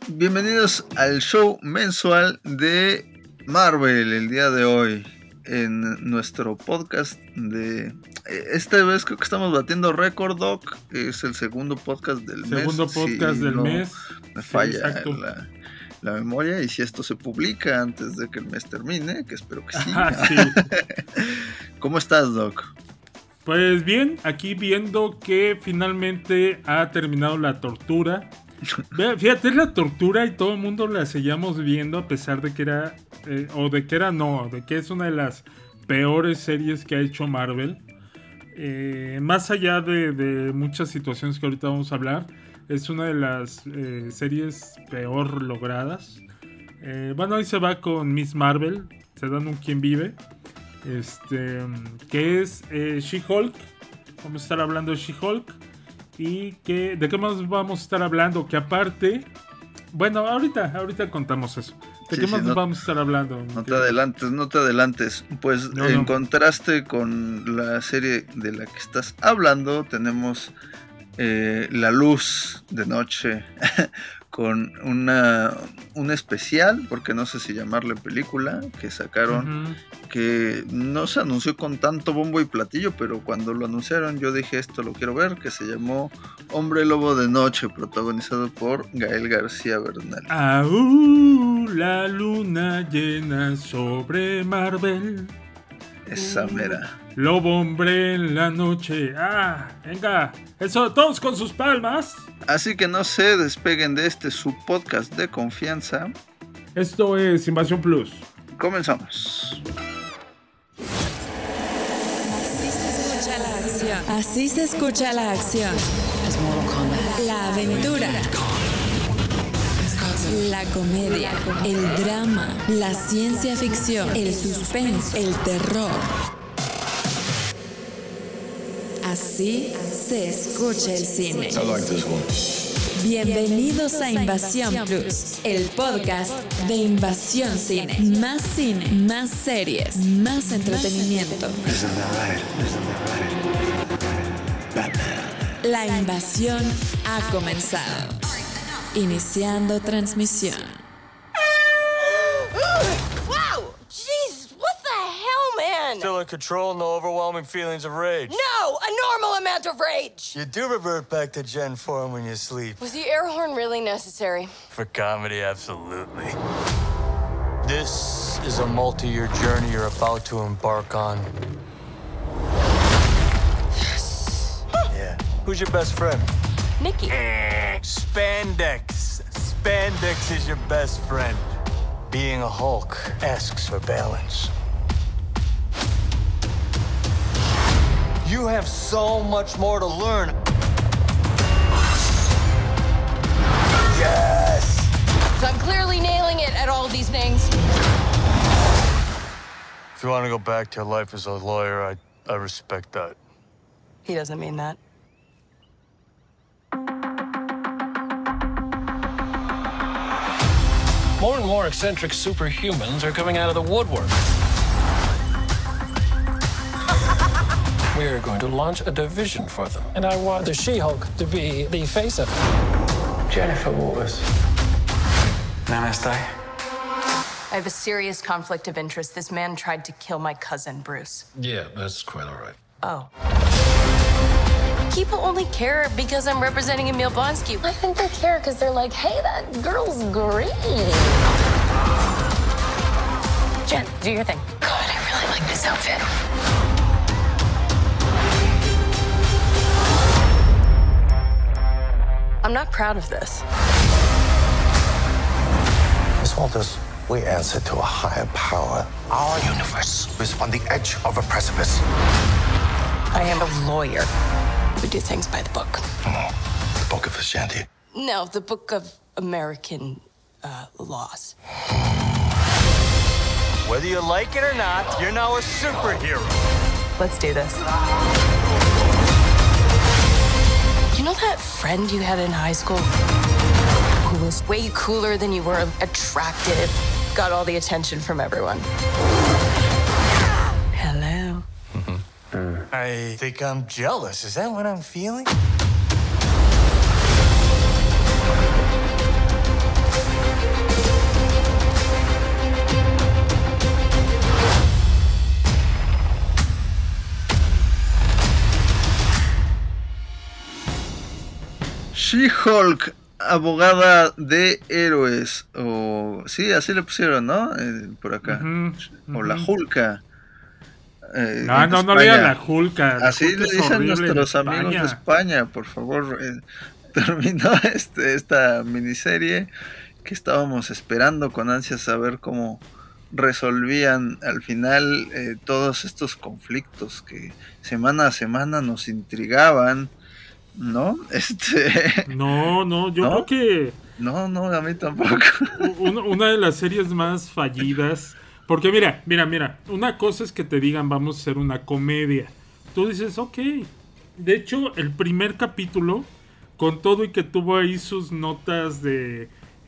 Bienvenidos al show mensual de Marvel el día de hoy. En nuestro podcast de... Esta vez creo que estamos batiendo récord, Doc. Es el segundo podcast del mes. Segundo podcast del mes. Me falla la memoria. Y si esto se publica antes de que el mes termine, que espero que sí. Sí. ¿Cómo estás, Doc? Pues bien, aquí viendo que finalmente ha terminado la tortura. Fíjate, es la tortura y todo el mundo la seguíamos viendo a pesar de que era... de que es una de las peores series que ha hecho Marvel. Más allá de muchas situaciones que ahorita vamos a hablar, es una de las series peor logradas. Bueno, ahí se va con Miss Marvel, se dan un quien vive, que es She-Hulk. Vamos a estar hablando de She-Hulk. ¿Y de qué más vamos a estar hablando? Que aparte... Bueno, ahorita contamos eso. ¿De qué más vamos a estar hablando? No te adelantes. Pues no. En contraste con la serie de la que estás hablando, tenemos La Luz de Noche con un especial, porque no sé si llamarle película, que sacaron, que no se anunció con tanto bombo y platillo, pero cuando lo anunciaron yo dije, esto lo quiero ver, que se llamó Hombre Lobo de Noche, protagonizado por Gael García Bernal. La luna llena sobre Marvel. Esa mera. Lobo hombre en la noche. Venga, eso, todos con sus palmas. Así que no se despeguen de su podcast de confianza. Esto es Invasión Plus. Comenzamos. Así se escucha la acción. La aventura. La comedia, el drama, la ciencia ficción, el suspenso, el terror. Así se escucha el cine. Bienvenidos a Invasión Plus, el podcast de Invasión Cine. Más cine, más series, más entretenimiento. La invasión ha comenzado. Iniciando transmisión. Wow! Jeez, what the hell, man? Still in control, no overwhelming feelings of rage. No! A normal amount of rage! You do revert back to Gen form when you sleep. Was the air horn really necessary? For comedy, absolutely. This is a multi-year journey you're about to embark on. Yes! Yeah. Who's your best friend? Nikki. Spandex. Spandex is your best friend. Being a Hulk asks for balance. You have so much more to learn. Yes! So I'm clearly nailing it at all these things. If you want to go back to your life as a lawyer, I respect that. He doesn't mean that. More and more eccentric superhumans are coming out of the woodwork. We are going to launch a division for them. And I want the She-Hulk to be the face of it. Jennifer Waters. Namaste. I have a serious conflict of interest. This man tried to kill my cousin, Bruce. Yeah, that's quite all right. Oh. People only care because I'm representing Emil Blonsky. I think they care because they're like, hey, that girl's green. Jen, do your thing. God, I really like this outfit. I'm not proud of this. Miss Walters, we answer to a higher power. Our universe is on the edge of a precipice. I am a lawyer. We do things by the book. The Book of Ashanti. No, the Book of American laws. Whether you like it or not, you're now a superhero. Let's do this. You know that friend you had in high school who was way cooler than you were, attractive, got all the attention from everyone? Hello. I think I'm jealous. Is that what I'm feeling? She-Hulk, abogada de héroes, o sí, así le pusieron, ¿no? Por acá. O la Hulka. No le digan la Hulka. Así le dicen nuestros amigos de España, por favor. Terminó esta miniserie que estábamos esperando con ansias saber cómo resolvían al final todos estos conflictos que semana a semana nos intrigaban, ¿no? No, yo creo que... No, a mí tampoco. Una de las series más fallidas. Porque mira, una cosa es que te digan vamos a hacer una comedia. Tú dices, ok. De hecho, el primer capítulo, con todo y que tuvo ahí sus notas de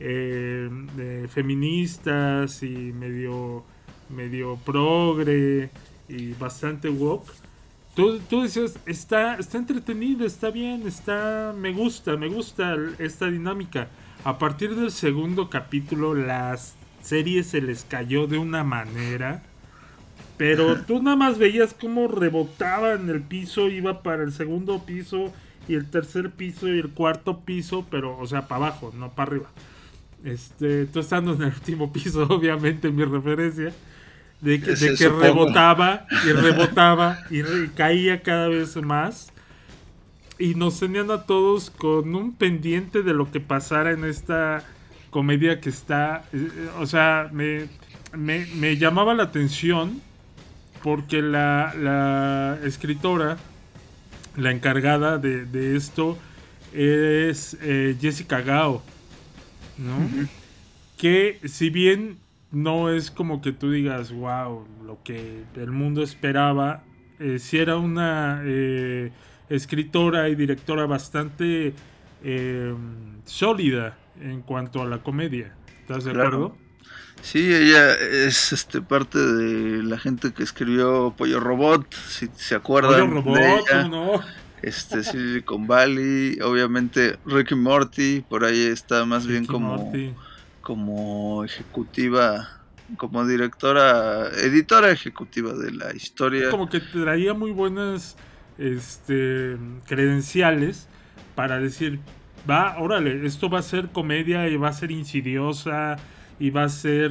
feministas y medio progre y bastante woke, tú dices, está entretenido, está bien, me gusta esta dinámica. A partir del segundo capítulo las serie se les cayó de una manera, pero tú nada más veías cómo rebotaba en el piso, iba para el segundo piso y el tercer piso y el cuarto piso, pero o sea, para abajo, no para arriba. Tú estando en el último piso, obviamente mi referencia de que rebotaba y caía cada vez más, y nos tenían a todos con un pendiente de lo que pasara en esta comedia que está, o sea, me llamaba la atención porque la escritora, la encargada de esto es Jessica Gao, ¿no? Uh-huh. Que si bien no es como que tú digas wow, lo que el mundo esperaba, sí era una escritora y directora bastante sólida en cuanto a la comedia. ¿Estás de acuerdo? Sí, ella es parte de la gente que escribió Pollo Robot, si se acuerdan. Pollo Robot, de ella. ¿no? Silicon Valley, obviamente Rick y Morty, por ahí está más bien como ejecutiva, como editora ejecutiva de la historia. Como que traía muy buenas credenciales para decir, órale, esto va a ser comedia y va a ser insidiosa y va a ser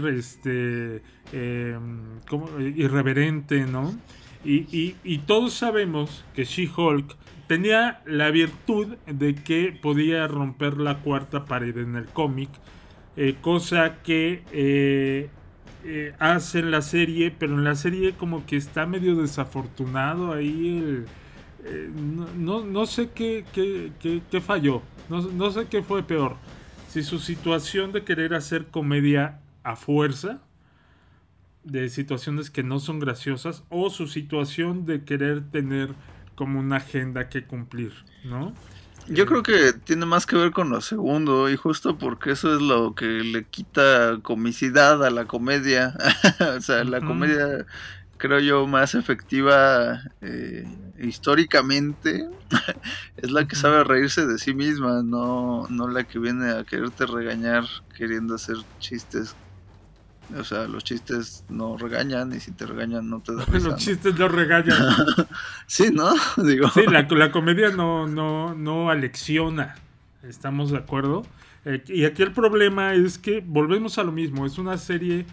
irreverente, ¿no? Y todos sabemos que She-Hulk tenía la virtud de que podía romper la cuarta pared en el cómic, cosa que hace en la serie, pero en la serie como que está medio desafortunado ahí no sé qué falló, no sé qué fue peor, si su situación de querer hacer comedia a fuerza de situaciones que no son graciosas, o su situación de querer tener como una agenda que cumplir, ¿no? Yo creo que tiene más que ver con lo segundo, y justo porque eso es lo que le quita comicidad a la comedia. O sea, la comedia, creo yo, más efectiva históricamente es la que sabe reírse de sí misma, no la que viene a quererte regañar queriendo hacer chistes. O sea, los chistes no regañan, y si te regañan no te da risa. Los chistes no regañan. Sí, ¿no? Digo. Sí, la comedia no alecciona. ¿Estamos de acuerdo? Y aquí el problema es que volvemos a lo mismo. Es una serie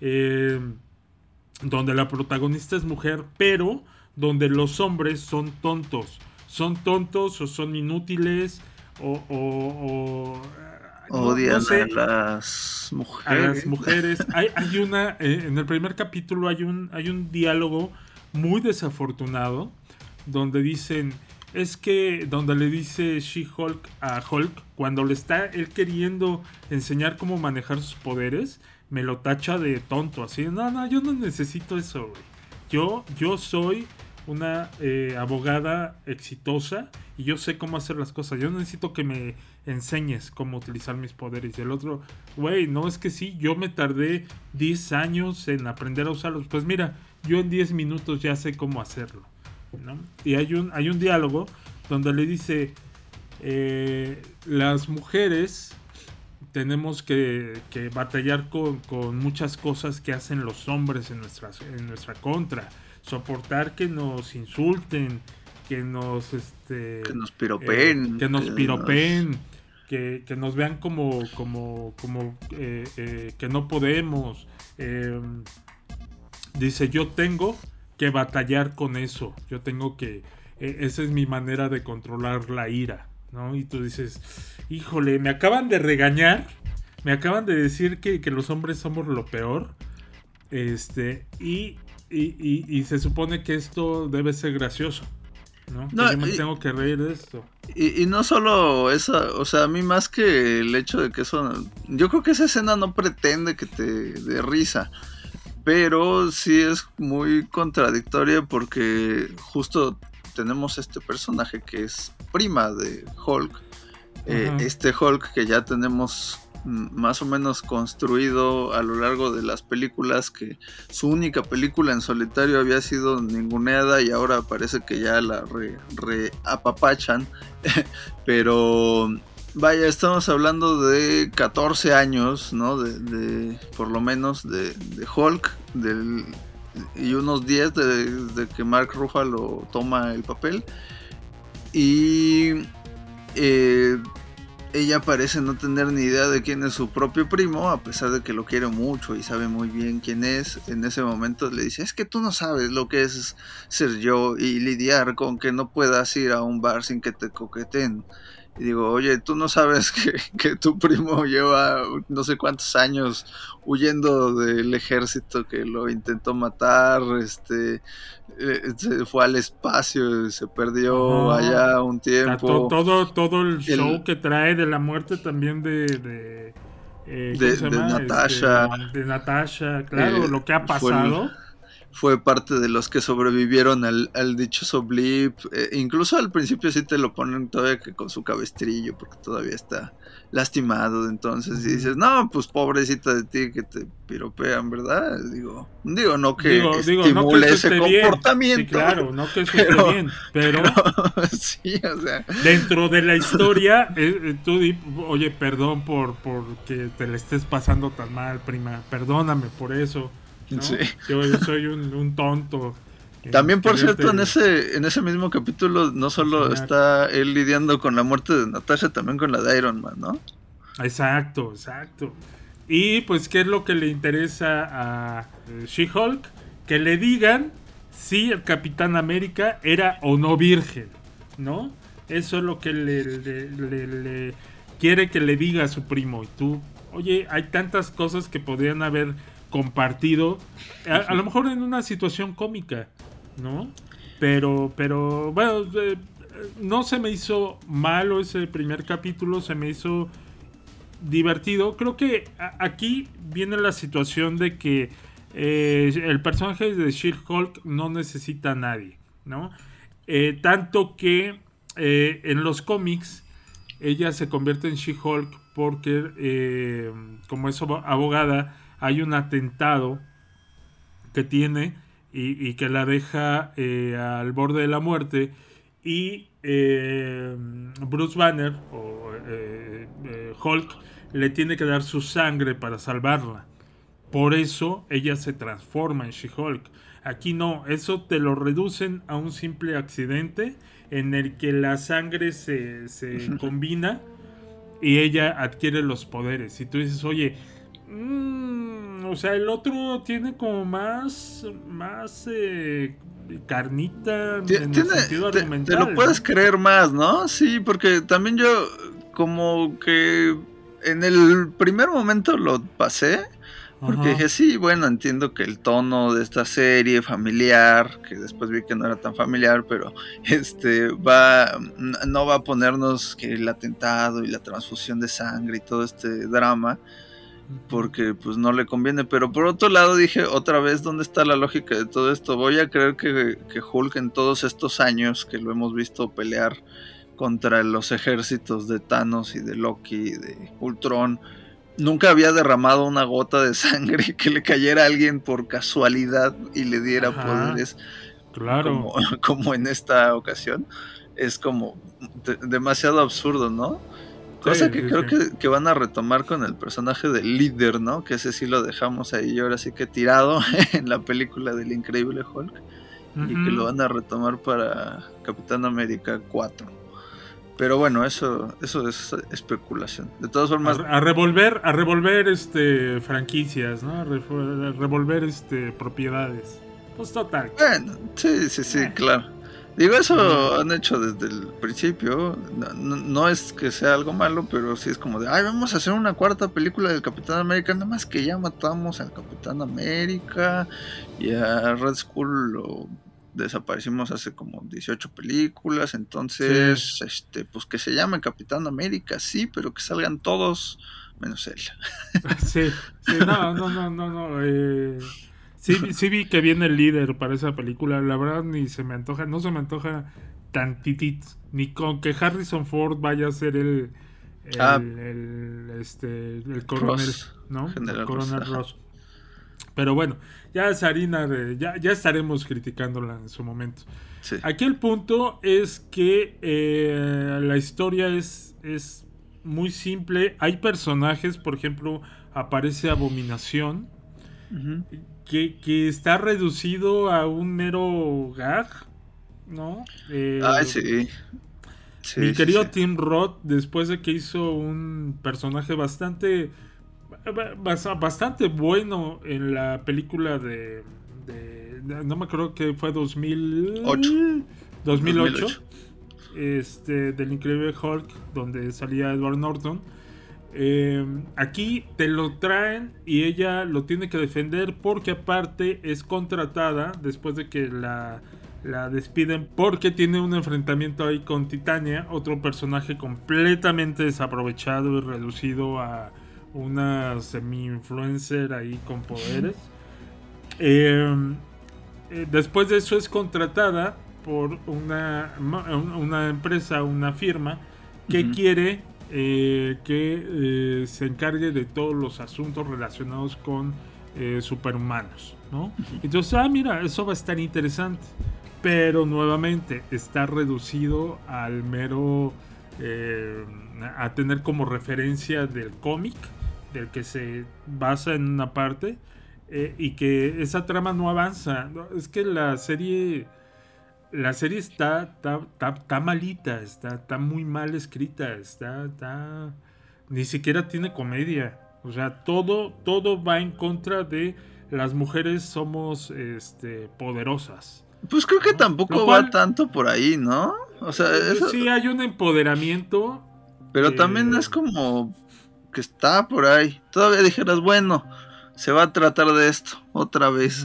donde la protagonista es mujer, pero donde los hombres son tontos. Son tontos o son inútiles o odian a las mujeres. A las mujeres. Hay una en el primer capítulo hay un diálogo muy desafortunado donde dicen, es que donde le dice She-Hulk a Hulk, cuando le está él queriendo enseñar cómo manejar sus poderes, me lo tacha de tonto, así, no, yo no necesito eso, güey. Yo soy una abogada exitosa y yo sé cómo hacer las cosas, yo no necesito que me enseñes cómo utilizar mis poderes. Y el otro, güey, no, es que sí, yo me tardé 10 años en aprender a usarlos. Pues mira, yo en 10 minutos ya sé cómo hacerlo, ¿no? Y hay un diálogo donde le dice, las mujeres tenemos que batallar con muchas cosas que hacen los hombres en nuestra contra, soportar que nos insulten, que nos piropeen. Que nos vean como que no podemos. Dice, yo tengo que batallar con eso. Yo tengo que... esa es mi manera de controlar la ira, ¿no? Y tú dices, híjole, me acaban de regañar. Me acaban de decir que los hombres somos lo peor. Y se supone que esto debe ser gracioso, ¿no? Yo me tengo que reír de esto. Y no solo eso, o sea, a mí más que el hecho de que eso... Yo creo que esa escena no pretende que te dé risa, pero sí es muy contradictoria porque justo tenemos este personaje que es prima de Hulk. Este Hulk que ya tenemos más o menos construido a lo largo de las películas, que su única película en solitario había sido ninguneada y ahora parece que ya la reapapachan. Pero vaya, estamos hablando de 14 años, ¿no? De por lo menos de Hulk, y unos 10 de que Mark Ruffalo toma el papel. Y ella parece no tener ni idea de quién es su propio primo, a pesar de que lo quiere mucho y sabe muy bien quién es. En ese momento le dice, es que tú no sabes lo que es ser yo y lidiar con que no puedas ir a un bar sin que te coqueten. Y digo, oye, tú no sabes que tu primo lleva no sé cuántos años huyendo del ejército que lo intentó matar, se fue al espacio, se perdió allá un tiempo. Todo el show que trae de la muerte también de Natasha. De Natasha, claro, lo que ha pasado. Fue parte de los que sobrevivieron al dichoso blip. Incluso al principio sí te lo ponen todavía que con su cabestrillo, porque todavía está lastimado. Entonces dices, no, pues pobrecita de ti que te piropean, ¿verdad? Digo no que estimule no que ese comportamiento. Sí, claro, no que eso esté bien, pero sí, o sea, dentro de la historia, tú di, oye, perdón por que te le estés pasando tan mal, prima, perdóname por eso. ¿no? Sí. Yo soy un tonto. También, por cierto, en ese mismo capítulo no solo está él lidiando con la muerte de Natasha, también con la de Iron Man, ¿no? Exacto. Y pues, ¿qué es lo que le interesa a She-Hulk? Que le digan si el Capitán América era o no virgen, ¿no? Eso es lo que le quiere que le diga a su primo. Y tú, oye, hay tantas cosas que podrían haber compartido, a lo mejor en una situación cómica, ¿no? Pero bueno, no se me hizo malo ese primer capítulo, se me hizo divertido. Creo que aquí viene la situación de que el personaje de She-Hulk no necesita a nadie, ¿no? Tanto que en los cómics ella se convierte en She-Hulk porque como es abogada, hay un atentado que tiene y que la deja al borde de la muerte, y Bruce Banner o Hulk le tiene que dar su sangre para salvarla. Por eso ella se transforma en She-Hulk. Aquí no, eso te lo reducen a un simple accidente en el que la sangre se combina y ella adquiere los poderes. Y tú dices, oye, o sea, el otro tiene como más carnita en el sentido argumental. Te lo puedes creer más, ¿no? Sí, porque también yo como que en el primer momento lo pasé, porque dije, sí, bueno, entiendo que el tono de esta serie familiar, que después vi que no era tan familiar, pero no va a ponernos que el atentado y la transfusión de sangre y todo este drama, porque pues no le conviene. Pero por otro lado dije, otra vez, ¿dónde está la lógica de todo esto? Voy a creer que Hulk en todos estos años que lo hemos visto pelear contra los ejércitos de Thanos y de Loki y de Ultron, nunca había derramado una gota de sangre que le cayera a alguien por casualidad y le diera poderes, claro, como en esta ocasión. Es como demasiado absurdo, ¿no? Cosa que creo que van a retomar con el personaje del líder, ¿no? Que ese sí lo dejamos ahí ahora sí que tirado en la película del Increíble Hulk. y que lo van a retomar para Capitán América 4. Pero bueno, eso es especulación. De todas formas, a revolver franquicias, ¿no? A revolver propiedades. Pues total. Bueno, sí, claro. Digo, eso han hecho desde el principio. No es que sea algo malo, pero sí es como de, vamos a hacer una cuarta película del Capitán América, nada más que ya matamos al Capitán América y a Red Skull lo desaparecimos hace como 18 películas, entonces pues que se llame Capitán América, sí, pero que salgan todos menos él. Sí, no. Sí vi que viene el líder para esa película. La verdad no se me antoja tantitito, ni con que Harrison Ford vaya a ser el coronel, Ross, ¿no? General El coronel Ross. Pero bueno, ya es harina ya estaremos criticándola en su momento. Sí. Aquí el punto es que la historia es muy simple. Hay personajes, por ejemplo, aparece Abominación, que está reducido a un mero gag, ¿no? Sí. Mi querido Tim Roth, después de que hizo un personaje bastante bueno en la película de no me acuerdo que fue 2008 del Increíble Hulk, donde salía Edward Norton. Aquí te lo traen y ella lo tiene que defender porque aparte es contratada después de que la despiden porque tiene un enfrentamiento ahí con Titania, otro personaje completamente desaprovechado y reducido a una semi-influencer ahí con poderes. Después de eso es contratada por una empresa, una firma que quiere que se encargue de todos los asuntos relacionados con superhumanos, ¿no? Entonces, mira, eso va a estar interesante, pero nuevamente está reducido al mero a tener como referencia del cómic del que se basa en una parte, y que esa trama no avanza. Es que la serie está malita, está muy mal escrita, ni siquiera tiene comedia. O sea, todo va en contra de las mujeres somos poderosas. Pues creo que tampoco va tanto por ahí, ¿no? O sea, sí hay un empoderamiento, pero también es como que está por ahí. Todavía dijeras, bueno, se va a tratar de esto otra vez.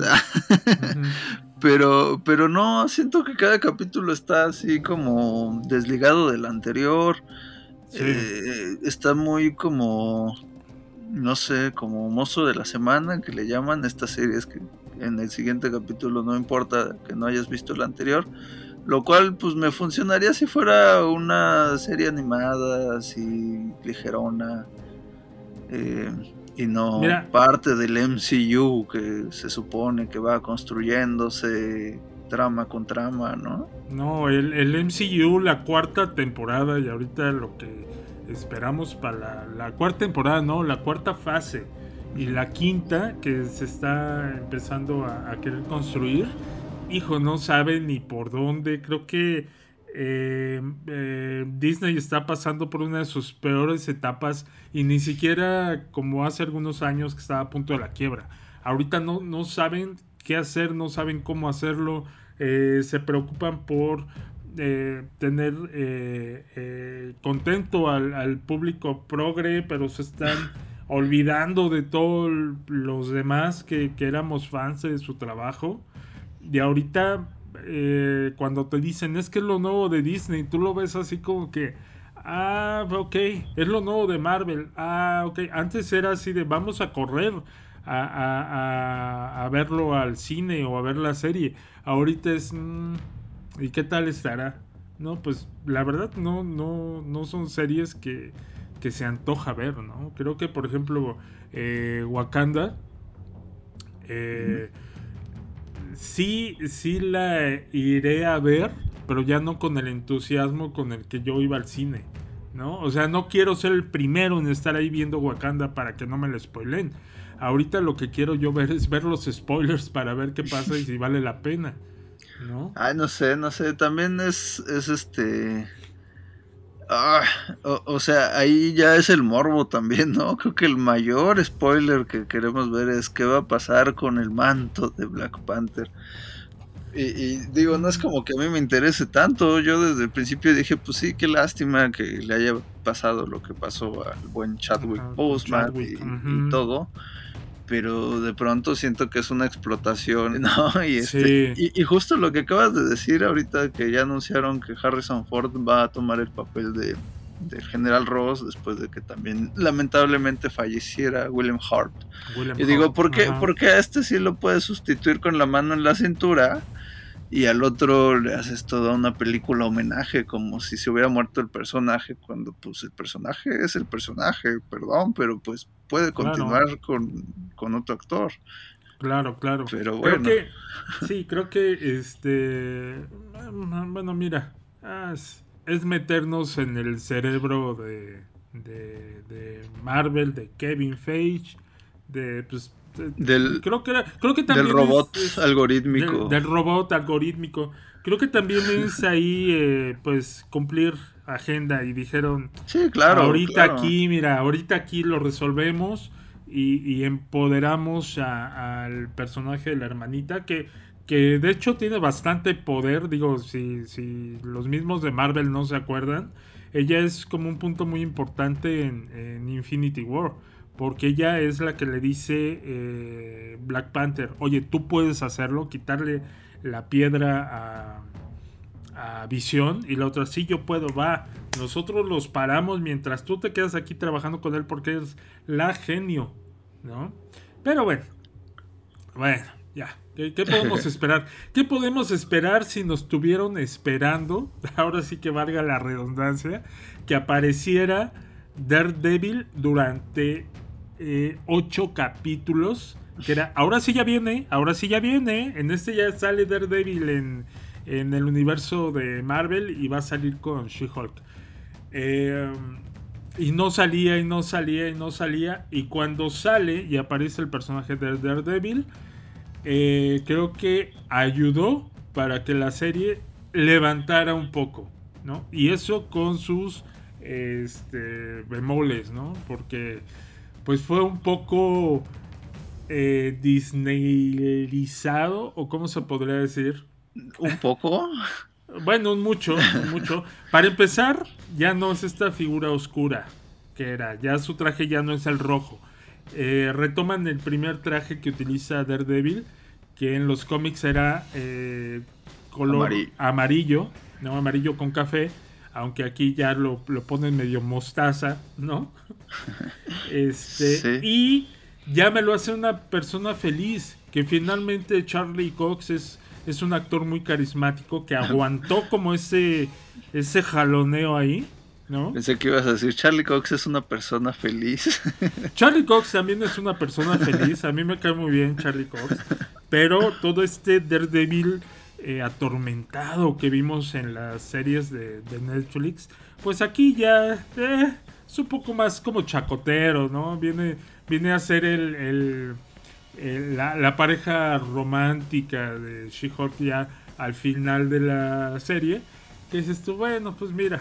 Pero no, siento que cada capítulo está así como desligado del anterior. Sí. Está muy como, no sé, como mozo de la semana, que le llaman estas series que en el siguiente capítulo no importa que no hayas visto el anterior, lo cual pues me funcionaría si fuera una serie animada así ligerona, y no parte del MCU que se supone que va construyéndose trama con trama, ¿no? No, el MCU, la cuarta temporada, y ahorita lo que esperamos para la cuarta temporada, no, la cuarta fase y la quinta que se está empezando a querer construir, hijo, no sabe ni por dónde. Creo que Disney está pasando por una de sus peores etapas y ni siquiera como hace algunos años que estaba a punto de la quiebra. Ahorita no saben qué hacer, no saben cómo hacerlo, se preocupan por tener contento al público progre, pero se están olvidando de todos los demás que éramos fans de su trabajo. Y ahorita cuando te dicen es que es lo nuevo de Disney, tú lo ves así como que ok, es lo nuevo de Marvel, ok, antes era así de vamos a correr a verlo al cine o a ver la serie. Ahorita es ¿y qué tal estará? No, pues la verdad no son series que se antoja ver, ¿no? Creo que por ejemplo Wakanda sí la iré a ver, pero ya no con el entusiasmo con el que yo iba al cine, ¿no? O sea, no quiero ser el primero en estar ahí viendo Wakanda para que no me lo spoilen. Ahorita lo que quiero yo ver es ver los spoilers para ver qué pasa y si vale la pena, ¿no? Ay, no sé, también es o sea, ahí ya es el morbo también, ¿no? Creo que el mayor spoiler que queremos ver es qué va a pasar con el manto de Black Panther. Y digo, no es como que a mí me interese tanto. Yo desde el principio dije, pues sí, qué lástima que le haya pasado lo que pasó al buen Chadwick Boseman y todo. Pero de pronto siento que es una explotación, ¿no? Y justo lo que acabas de decir ahorita, que ya anunciaron que Harrison Ford va a tomar el papel del General Ross después de que también lamentablemente falleciera William Hurt. Y digo, ¿por qué a este sí lo puedes sustituir con la mano en la cintura y al otro le haces toda una película homenaje como si se hubiera muerto el personaje, cuando pues el personaje es el personaje, perdón, pero pues puede continuar con otro actor? Claro. Pero bueno. Creo que bueno, mira, es meternos en el cerebro de Marvel, de Kevin Feige, creo que también del robot algorítmico. Del robot algorítmico. Creo que también es ahí pues cumplir agenda, y dijeron, sí, claro, ahorita aquí lo resolvemos y empoderamos al personaje de la hermanita, que de hecho tiene bastante poder. Digo, si los mismos de Marvel no se acuerdan, ella es como un punto muy importante en Infinity War, porque ella es la que le dice Black Panther, oye, tú puedes hacerlo, quitarle la piedra a Visión, y la otra, sí, yo puedo, va, nosotros los paramos mientras tú te quedas aquí trabajando con él porque es la genio, ¿no? Pero bueno, ya. ¿Qué podemos esperar? ¿Qué podemos esperar si nos estuvieron esperando? Ahora sí que valga la redundancia, que apareciera Daredevil durante 8 capítulos. Que era, ahora sí ya viene. En este ya sale Daredevil en el universo de Marvel y va a salir con She-Hulk. Y no salía. Y cuando sale y aparece el personaje de Daredevil, creo que ayudó para que la serie levantara un poco, ¿no? Y eso con sus bemoles, ¿no? Porque pues fue un poco disneyizado, o cómo se podría decir. ¿Un poco? Bueno, un mucho. Para empezar, ya no es esta figura oscura que era. Ya su traje ya no es el rojo. Retoman el primer traje que utiliza Daredevil, que en los cómics era color amarillo, ¿no? Amarillo con café, aunque aquí ya lo ponen medio mostaza, ¿no? Sí. Y ya me lo hace una persona feliz, que finalmente Charlie Cox es un actor muy carismático que aguantó como ese jaloneo ahí, ¿no? Pensé que ibas a decir Charlie Cox es una persona feliz. Charlie Cox también es una persona feliz. A mí me cae muy bien Charlie Cox. Pero todo este Daredevil atormentado que vimos en las series de Netflix, pues aquí ya es un poco más como chacotero, ¿no? Viene a ser la pareja romántica de She-Hulk ya al final de la serie. Que dices tú, bueno, pues mira,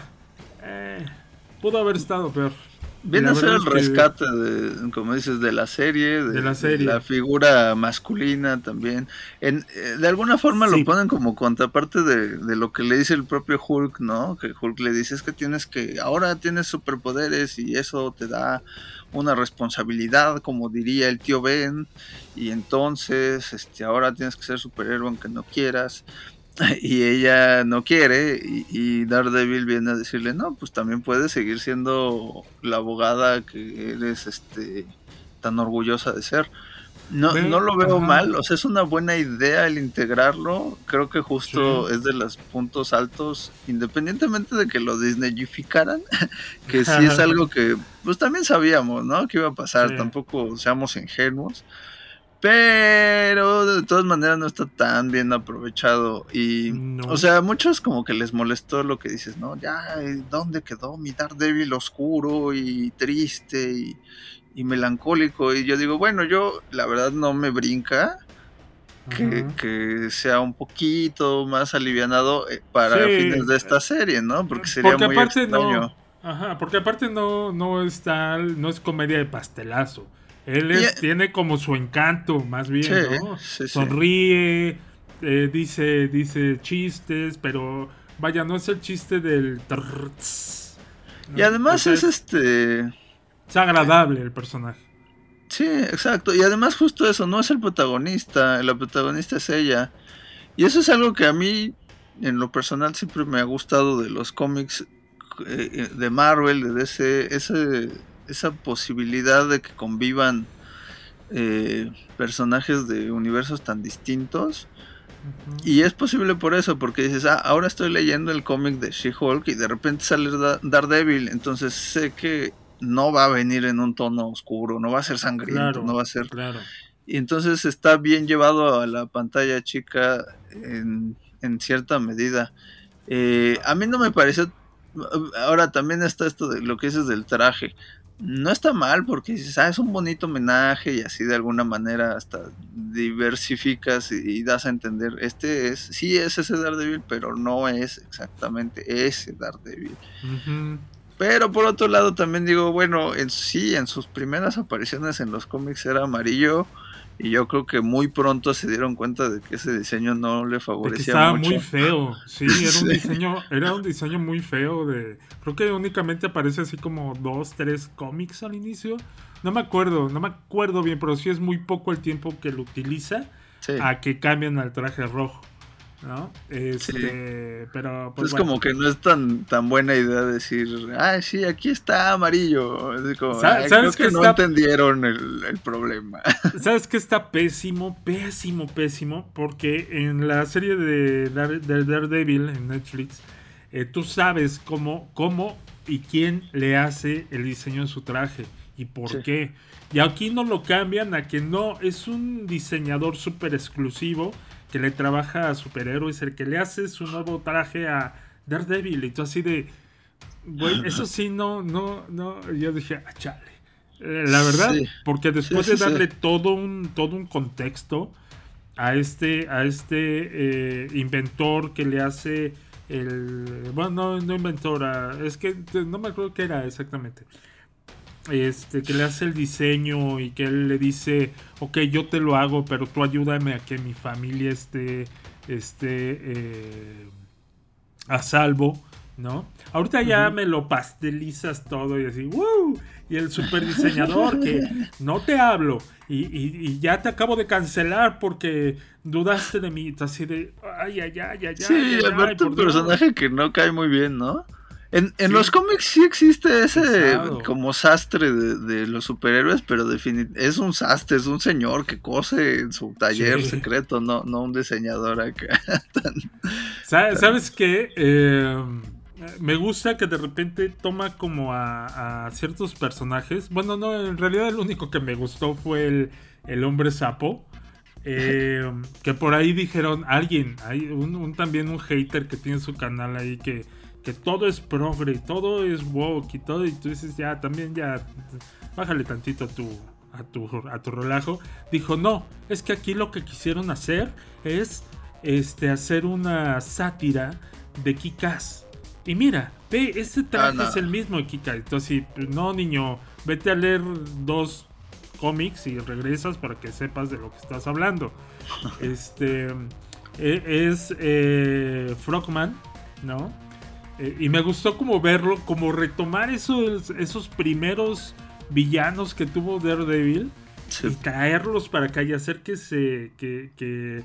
pudo haber estado peor. Viene a ser el rescate como dices, de la serie, de la figura masculina también. De alguna forma lo ponen como contraparte de lo que le dice el propio Hulk, ¿no? Que Hulk le dice, es que ahora tienes superpoderes y eso te da una responsabilidad, como diría el tío Ben, y entonces ahora tienes que ser superhéroe aunque no quieras. Y ella no quiere, y Daredevil viene a decirle, no, pues también puedes seguir siendo la abogada que eres tan orgullosa de ser. No lo veo mal, o sea, es una buena idea el integrarlo. Creo que justo es de los puntos altos, independientemente de que lo disneyificaran, que sí es algo que pues también sabíamos, ¿no? Que iba a pasar, tampoco seamos ingenuos. Pero de todas maneras no está tan bien aprovechado. Y, o sea, a muchos como que les molestó lo que dices, ¿no? Ya, ¿dónde quedó mi Daredevil oscuro y triste y melancólico? Y yo digo, bueno, yo la verdad no me brinca, que sea un poquito más alivianado para fines de esta serie, ¿no? Porque sería muy extraño. Porque aparte no es comedia de pastelazo. Él tiene como su encanto, más bien, ¿no? Sonríe, dice chistes, pero vaya, no es el chiste del trrrts, ¿no? Y además es agradable el personaje. Sí, exacto. Y además justo eso, no es el protagonista, la protagonista es ella. Y eso es algo que a mí, en lo personal, siempre me ha gustado de los cómics de Marvel, de DC, esa posibilidad de que convivan personajes de universos tan distintos. Y es posible por eso, porque dices, ahora estoy leyendo el cómic de She-Hulk y de repente sale Daredevil, entonces sé que no va a venir en un tono oscuro, no va a ser sangriento, no va a ser... Claro. Y entonces está bien llevado a la pantalla chica en cierta medida. A mí no me pareció... Ahora también está esto de lo que dices del traje. No está mal porque dices, es un bonito homenaje y así de alguna manera hasta diversificas y das a entender, sí es ese Daredevil, pero no es exactamente ese Daredevil. Pero por otro lado también digo, bueno, en sus primeras apariciones en los cómics era amarillo y yo creo que muy pronto se dieron cuenta de que ese diseño no le favorecía estaba mucho. Muy feo, sí, era un diseño muy feo creo que únicamente aparece así como 2-3 cómics al inicio. No me acuerdo bien, pero sí es muy poco el tiempo que lo utiliza a que cambian al traje rojo, ¿no? Pero pues es como que no es tan buena idea decir, sí, aquí está amarillo. Es como, ¿sabes que no entendieron el problema? ¿Sabes qué está pésimo? Porque en la serie de Daredevil en Netflix, tú sabes cómo y quién le hace el diseño de su traje y por qué. Y aquí no lo cambian a que no, es un diseñador súper exclusivo que le trabaja a superhéroes, el que le hace su nuevo traje a Daredevil. Y tú así de, güey, eso sí, no. Yo dije, chale. La verdad, porque después de darle todo un contexto a este inventor que le hace no inventora, es que no me acuerdo qué era exactamente. Que le hace el diseño y que él le dice, ok, yo te lo hago, pero tú ayúdame a que mi familia esté a salvo, ¿no? Ahorita ya me lo pastelizas todo y así, ¡wow! Y el super diseñador que no te hablo y ya te acabo de cancelar porque dudaste de mí, así de, ay. Sí, aparte un personaje que no cae muy bien, ¿no? En los cómics sí existe ese como sastre de los superhéroes, pero es un sastre, es un señor que cose en su taller secreto, no un diseñador acá. ¿Sabes qué? Me gusta que de repente toma como a ciertos personajes. Bueno, no, en realidad el único que me gustó fue el hombre sapo. Que por ahí dijeron, hay también un hater que tiene su canal ahí que todo es progre, todo es woke y todo, y tú dices, también bájale tantito a tu relajo. Dijo, no, es que aquí lo que quisieron hacer es hacer una sátira de Kick-Ass. Y mira, ve, ese traje es el mismo de Kick-Ass. Entonces, no, niño, vete a leer 2 cómics y regresas para que sepas de lo que estás hablando. Es Frogman, ¿no? Y me gustó como verlo, como retomar esos primeros villanos que tuvo Daredevil y traerlos para acá y hacer que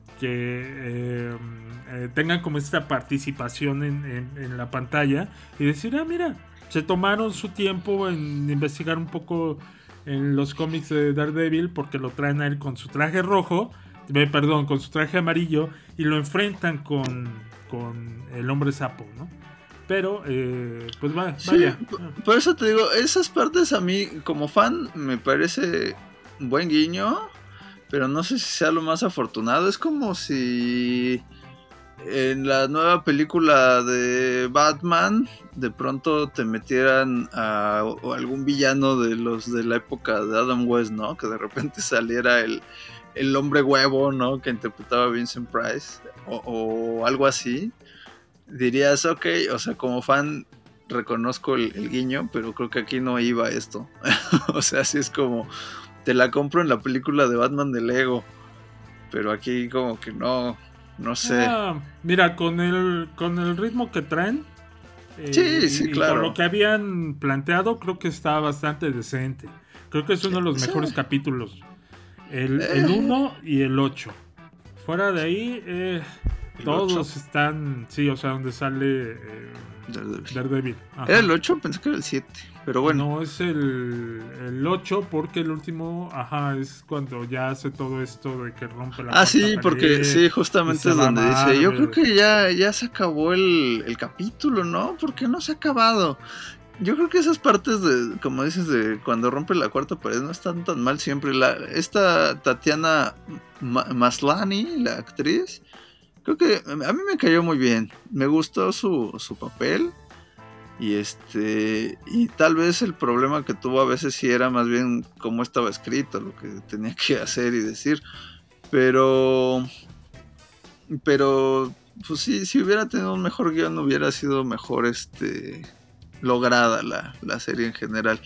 tengan como esta participación en la pantalla y decir, mira, se tomaron su tiempo en investigar un poco en los cómics de Daredevil porque lo traen a él con su traje con su traje amarillo y lo enfrentan con el hombre sapo, ¿no? Pero, pues vaya. Por eso te digo, esas partes a mí, como fan, me parece un buen guiño, pero no sé si sea lo más afortunado. Es como si en la nueva película de Batman de pronto te metieran a algún villano de los de la época de Adam West, ¿no? Que de repente saliera el hombre huevo, ¿no? Que interpretaba Vincent Price o algo así. Dirías, ok, o sea, como fan reconozco el guiño, pero creo que aquí no iba esto. O sea, así es como, te la compro en la película de Batman de Lego, pero aquí como que no sé. Mira, con el ritmo que traen, sí, claro. Con lo que habían planteado, creo que está bastante decente. Creo que es uno de los mejores capítulos. El 1 y el 8. Fuera de ahí, todos 8. Están, sí, o sea, donde sale Daredevil. ¿Era el 8? Pensé que era el 7, pero bueno. No, es el 8 porque el último, es cuando ya hace todo esto de que rompe la sí, pared, porque sí, justamente es donde dice, yo creo que ya se acabó el capítulo, ¿no? ¿Por qué no se ha acabado? Yo creo que esas partes de, como dices, de cuando rompe la cuarta pared no están tan mal siempre. Esta Tatiana Maslany, la actriz, creo que a mí me cayó muy bien. Me gustó su papel. Y tal vez el problema que tuvo a veces sí era más bien cómo estaba escrito, lo que tenía que hacer y decir. Pero pues sí, si hubiera tenido un mejor guión hubiera sido mejor lograda la serie en general.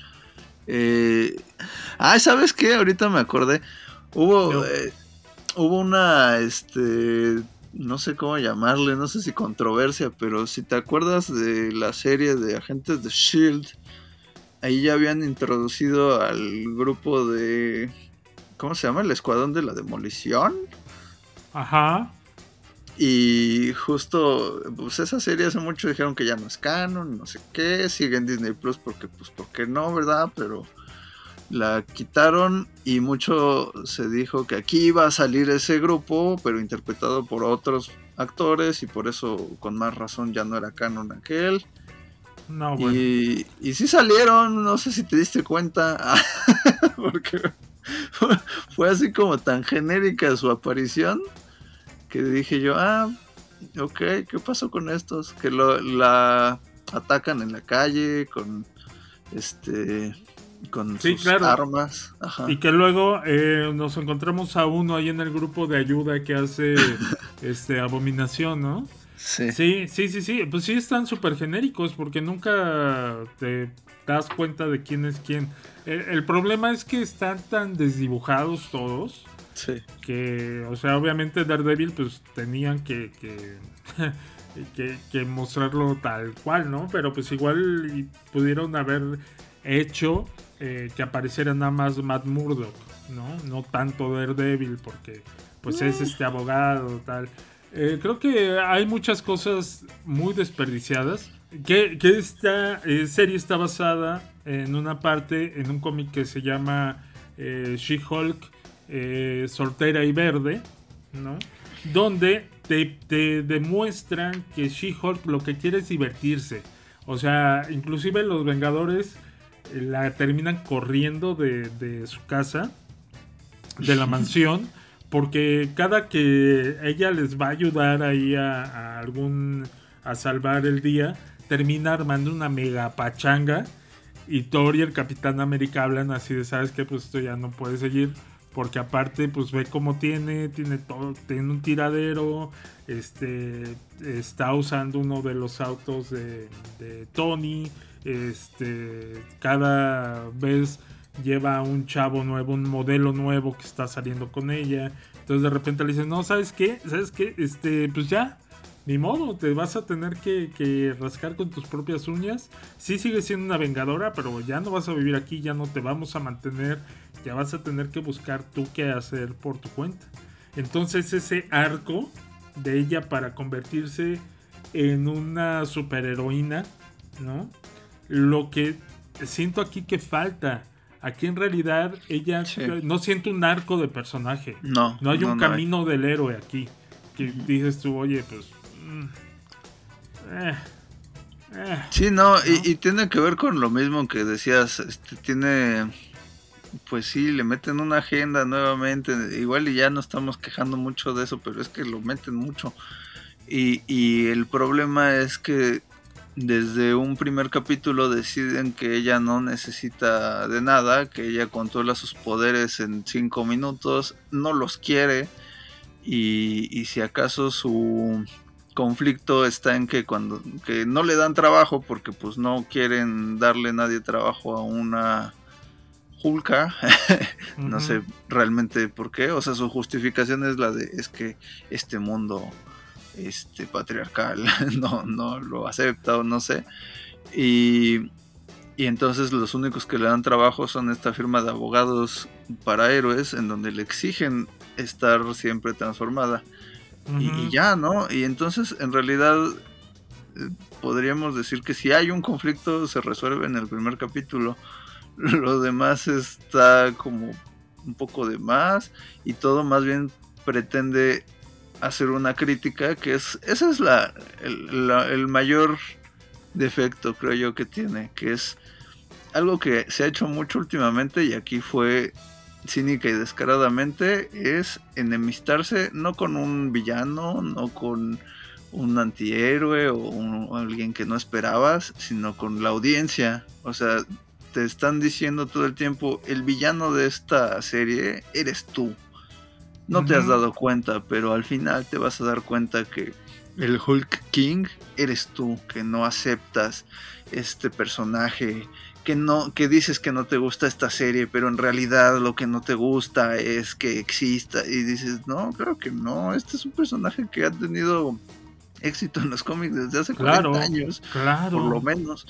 ¿Sabes qué? Ahorita me acordé. Hubo una no sé cómo llamarle, no sé si controversia, pero si te acuerdas de la serie de Agentes de S.H.I.E.L.D., ahí ya habían introducido al grupo de, ¿cómo se llama? El Escuadrón de la Demolición. Ajá. Y justo, pues esa serie hace mucho dijeron que ya no es canon, no sé qué, sigue en Disney Plus porque, pues, ¿por qué no, verdad? Pero la quitaron y mucho se dijo que aquí iba a salir ese grupo, pero interpretado por otros actores y por eso con más razón ya no era canon aquel. No, bueno. Y sí salieron, no sé si te diste cuenta, porque fue así como tan genérica su aparición que dije yo, ok, ¿qué pasó con estos? Que la atacan en la calle con sus armas. Ajá. Y que luego nos encontramos a uno ahí en el grupo de ayuda que hace Abominación, ¿no? Sí. Sí. Pues sí están súper genéricos porque nunca te das cuenta de quién es quién. El problema es que están tan desdibujados todos. Sí. Que, o sea, obviamente Daredevil pues tenían que mostrarlo tal cual, ¿no? Pero pues igual pudieron haber hecho que apareciera nada más Matt Murdock, ¿no? No tanto Daredevil porque pues es abogado, tal. Creo que hay muchas cosas muy desperdiciadas. Que esta serie está basada en una parte, en un cómic que se llama She-Hulk Soltera y Verde, ¿no? Donde te demuestran que She-Hulk lo que quiere es divertirse. O sea, inclusive los Vengadores la terminan corriendo de su casa, de la mansión, porque cada que ella les va a ayudar ahí a salvar el día, termina armando una mega pachanga y Thor y el Capitán América hablan así de, ¿sabes qué? Pues esto ya no puede seguir. Porque aparte, pues ve cómo tiene todo, tiene un tiradero, está usando uno de los autos de Tony, cada vez lleva un chavo nuevo, un modelo nuevo que está saliendo con ella. Entonces de repente le dicen, no, ¿sabes qué? Pues ya, ni modo, te vas a tener que rascar con tus propias uñas. Sí sigues siendo una vengadora, pero ya no vas a vivir aquí, ya no te vamos a mantener. Ya vas a tener que buscar tú qué hacer por tu cuenta. Entonces ese arco de ella para convertirse en una superheroína, ¿no? Lo que siento aquí que falta. Aquí en realidad ella no siento un arco de personaje. No hay un camino del héroe aquí. Que dices tú, oye, pues... Sí, no. Y tiene que ver con lo mismo que decías. Tiene... Pues sí, le meten una agenda nuevamente, igual y ya no estamos quejando mucho de eso, pero es que lo meten mucho. Y el problema es que desde un primer capítulo deciden que ella no necesita de nada, que ella controla sus poderes en 5 minutos, no los quiere, y si acaso su conflicto está en que que no le dan trabajo porque pues no quieren darle nadie trabajo a una Hulka. No sé realmente por qué, o sea, su justificación es es que este mundo patriarcal no lo acepta, o no sé, y entonces los únicos que le dan trabajo son esta firma de abogados para héroes, en donde le exigen estar siempre transformada. Y ya, ¿no? Y entonces en realidad podríamos decir que si hay un conflicto se resuelve en el primer capítulo. Lo demás está como un poco de más, y todo más bien pretende hacer una crítica, que ese es el mayor defecto, creo yo, que tiene, que es algo que se ha hecho mucho últimamente, y aquí fue cínica y descaradamente, es enemistarse no con un villano, no con un antihéroe o alguien que no esperabas, sino con la audiencia. O sea, te están diciendo todo el tiempo, el villano de esta serie eres tú. No te has dado cuenta, pero al final te vas a dar cuenta que el Hulk King eres tú, que no aceptas este personaje, que dices que no te gusta esta serie, pero en realidad lo que no te gusta es que exista, y dices, no, claro que no, este es un personaje que ha tenido éxito en los cómics desde hace 40 años, por lo menos.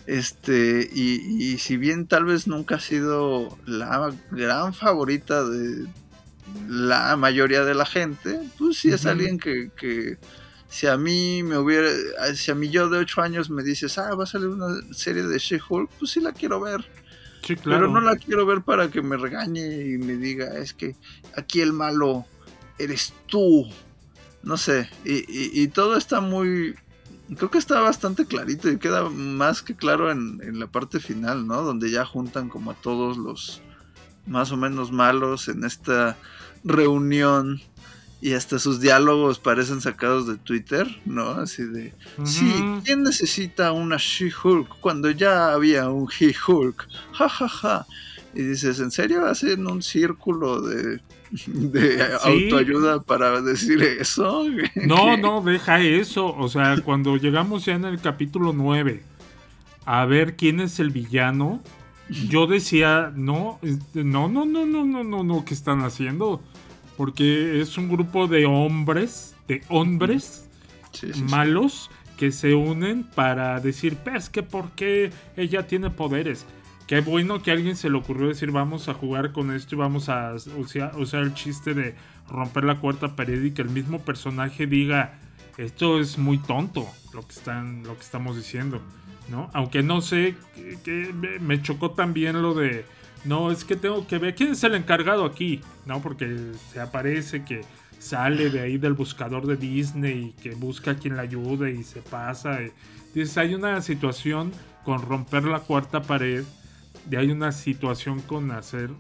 Y si bien tal vez nunca ha sido la gran favorita de la mayoría de la gente, pues sí es alguien que si a mí yo de 8 años me dices, va a salir una serie de She-Hulk, pues sí la quiero ver. Sí, claro. Pero no la quiero ver para que me regañe y me diga, es que aquí el malo eres tú. No sé, y todo está creo que está bastante clarito, y queda más que claro en la parte final, ¿no? Donde ya juntan como a todos los más o menos malos en esta reunión, y hasta sus diálogos parecen sacados de Twitter, ¿no? Así de, sí, ¿quién necesita una She-Hulk cuando ya había un He-Hulk? Ja, ja, ja. Y dices, ¿en serio hacen un círculo de autoayuda para decir eso? No, deja eso. O sea, cuando llegamos ya en el capítulo 9 a ver quién es el villano, yo decía, no, ¿qué están haciendo? Porque es un grupo de hombres malos que se unen para decir, pues que por qué ella tiene poderes. Qué bueno que a alguien se le ocurrió decir, vamos a jugar con esto y vamos a usar el chiste de romper la cuarta pared, y que el mismo personaje diga, esto es muy tonto lo que estamos diciendo, ¿no? Aunque no sé, que me chocó también lo de, no, es que tengo que ver quién es el encargado aquí, ¿no? Porque se aparece que sale de ahí del buscador de Disney y que busca a quien la ayude y se pasa. Dices, hay una situación con romper la cuarta pared, y hay una situación con hacer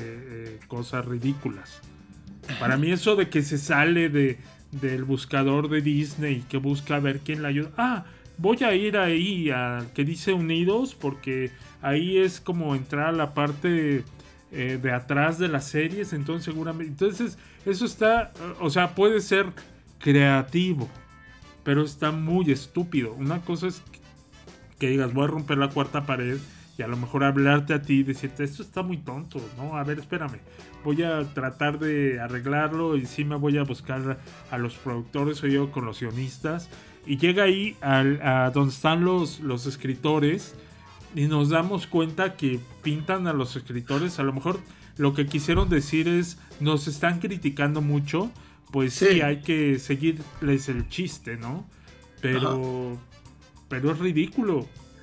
cosas ridículas. Para mí eso de que se sale del buscador de Disney y que busca a ver quién la ayuda. Voy a ir ahí al que dice Unidos, porque ahí es como entrar a la parte de atrás de las series, entonces seguramente. Entonces eso está, o sea, puede ser creativo, pero está muy estúpido. Una cosa es que digas, voy a romper la cuarta pared, y a lo mejor hablarte a ti y decirte, esto está muy tonto, ¿no? A ver, espérame, voy a tratar de arreglarlo, y sí me voy a buscar a los productores o yo con los guionistas. Y llega ahí a donde están los escritores, y nos damos cuenta que pintan a los escritores. A lo mejor lo que quisieron decir es, nos están criticando mucho, pues sí hay que seguirles el chiste, ¿no? Pero es ridículo.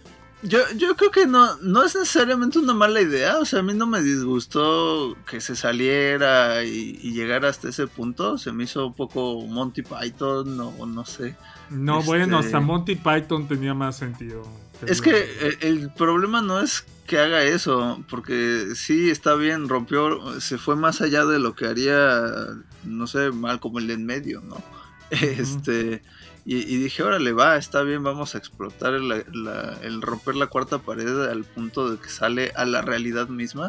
Yo creo que no es necesariamente una mala idea. O sea, a mí no me disgustó que se saliera y llegara hasta ese punto. Se me hizo un poco Monty Python, o no sé. No, bueno, hasta Monty Python tenía más sentido. Es que el problema no es que haga eso, porque sí, está bien, se fue más allá de lo que haría, no sé, Malcolm el en medio, ¿no? Y dije, órale, va, está bien, vamos a explotar el romper la cuarta pared al punto de que sale a la realidad misma.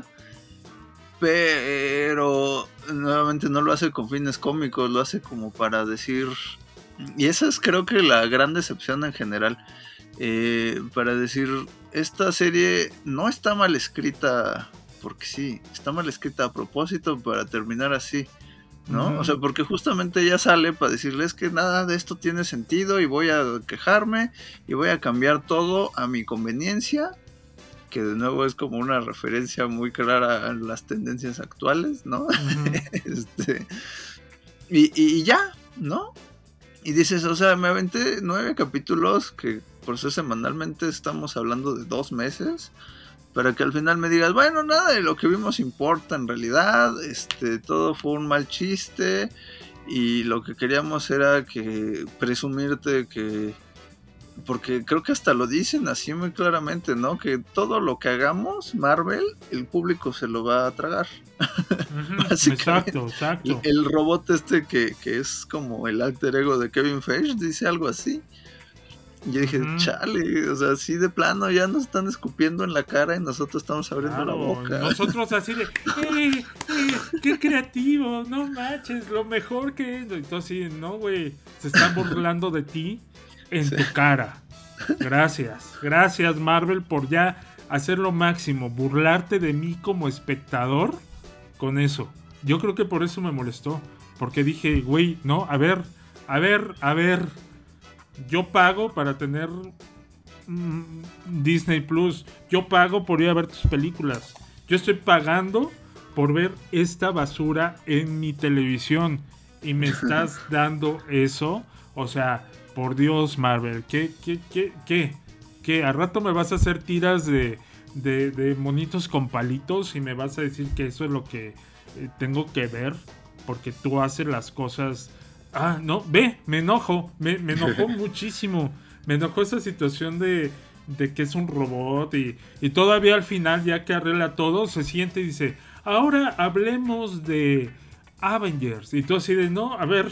Pero nuevamente no lo hace con fines cómicos, lo hace como para decir... Y esa es creo que la gran decepción en general. Para decir, esta serie no está mal escrita porque sí, está mal escrita a propósito para terminar así, ¿no? Uh-huh. O sea, porque justamente ella sale para decirles que nada de esto tiene sentido y voy a quejarme y voy a cambiar todo a mi conveniencia, que de nuevo es como una referencia muy clara a las tendencias actuales, ¿no? Uh-huh. Y ya, ¿no? Y dices, o sea, me aventé 9 capítulos, que por eso semanalmente estamos hablando de 2 meses, para que al final me digas, bueno, nada de lo que vimos importa en realidad, todo fue un mal chiste, y lo que queríamos era que presumirte que... Porque creo que hasta lo dicen así muy claramente, ¿no? Que todo lo que hagamos, Marvel, el público se lo va a tragar. Exacto. El robot que es como el alter ego de Kevin Feige dice algo así. Y yo dije, chale, o sea, así de plano ya nos están escupiendo en la cara y nosotros estamos abriendo la boca. Nosotros así de, qué creativo, no manches, lo mejor que es. Entonces, no, güey, se están burlando de ti. En tu cara. Gracias Marvel por ya hacer lo máximo, burlarte de mí como espectador con eso. Yo creo que por eso me molestó, porque dije, güey, no, a ver, yo pago para tener Disney Plus, yo pago por ir a ver tus películas, yo estoy pagando por ver esta basura en mi televisión y me estás dando eso, o sea... Por Dios, Marvel, ¿qué? ¿A rato me vas a hacer tiras de monitos con palitos y me vas a decir que eso es lo que tengo que ver? Porque tú haces las cosas... Ah, no, me enojo, me enojó muchísimo. Me enojó esa situación de que es un robot y todavía al final, ya que arregla todo, se siente y dice, ahora hablemos de Avengers. Y tú así de, no, a ver,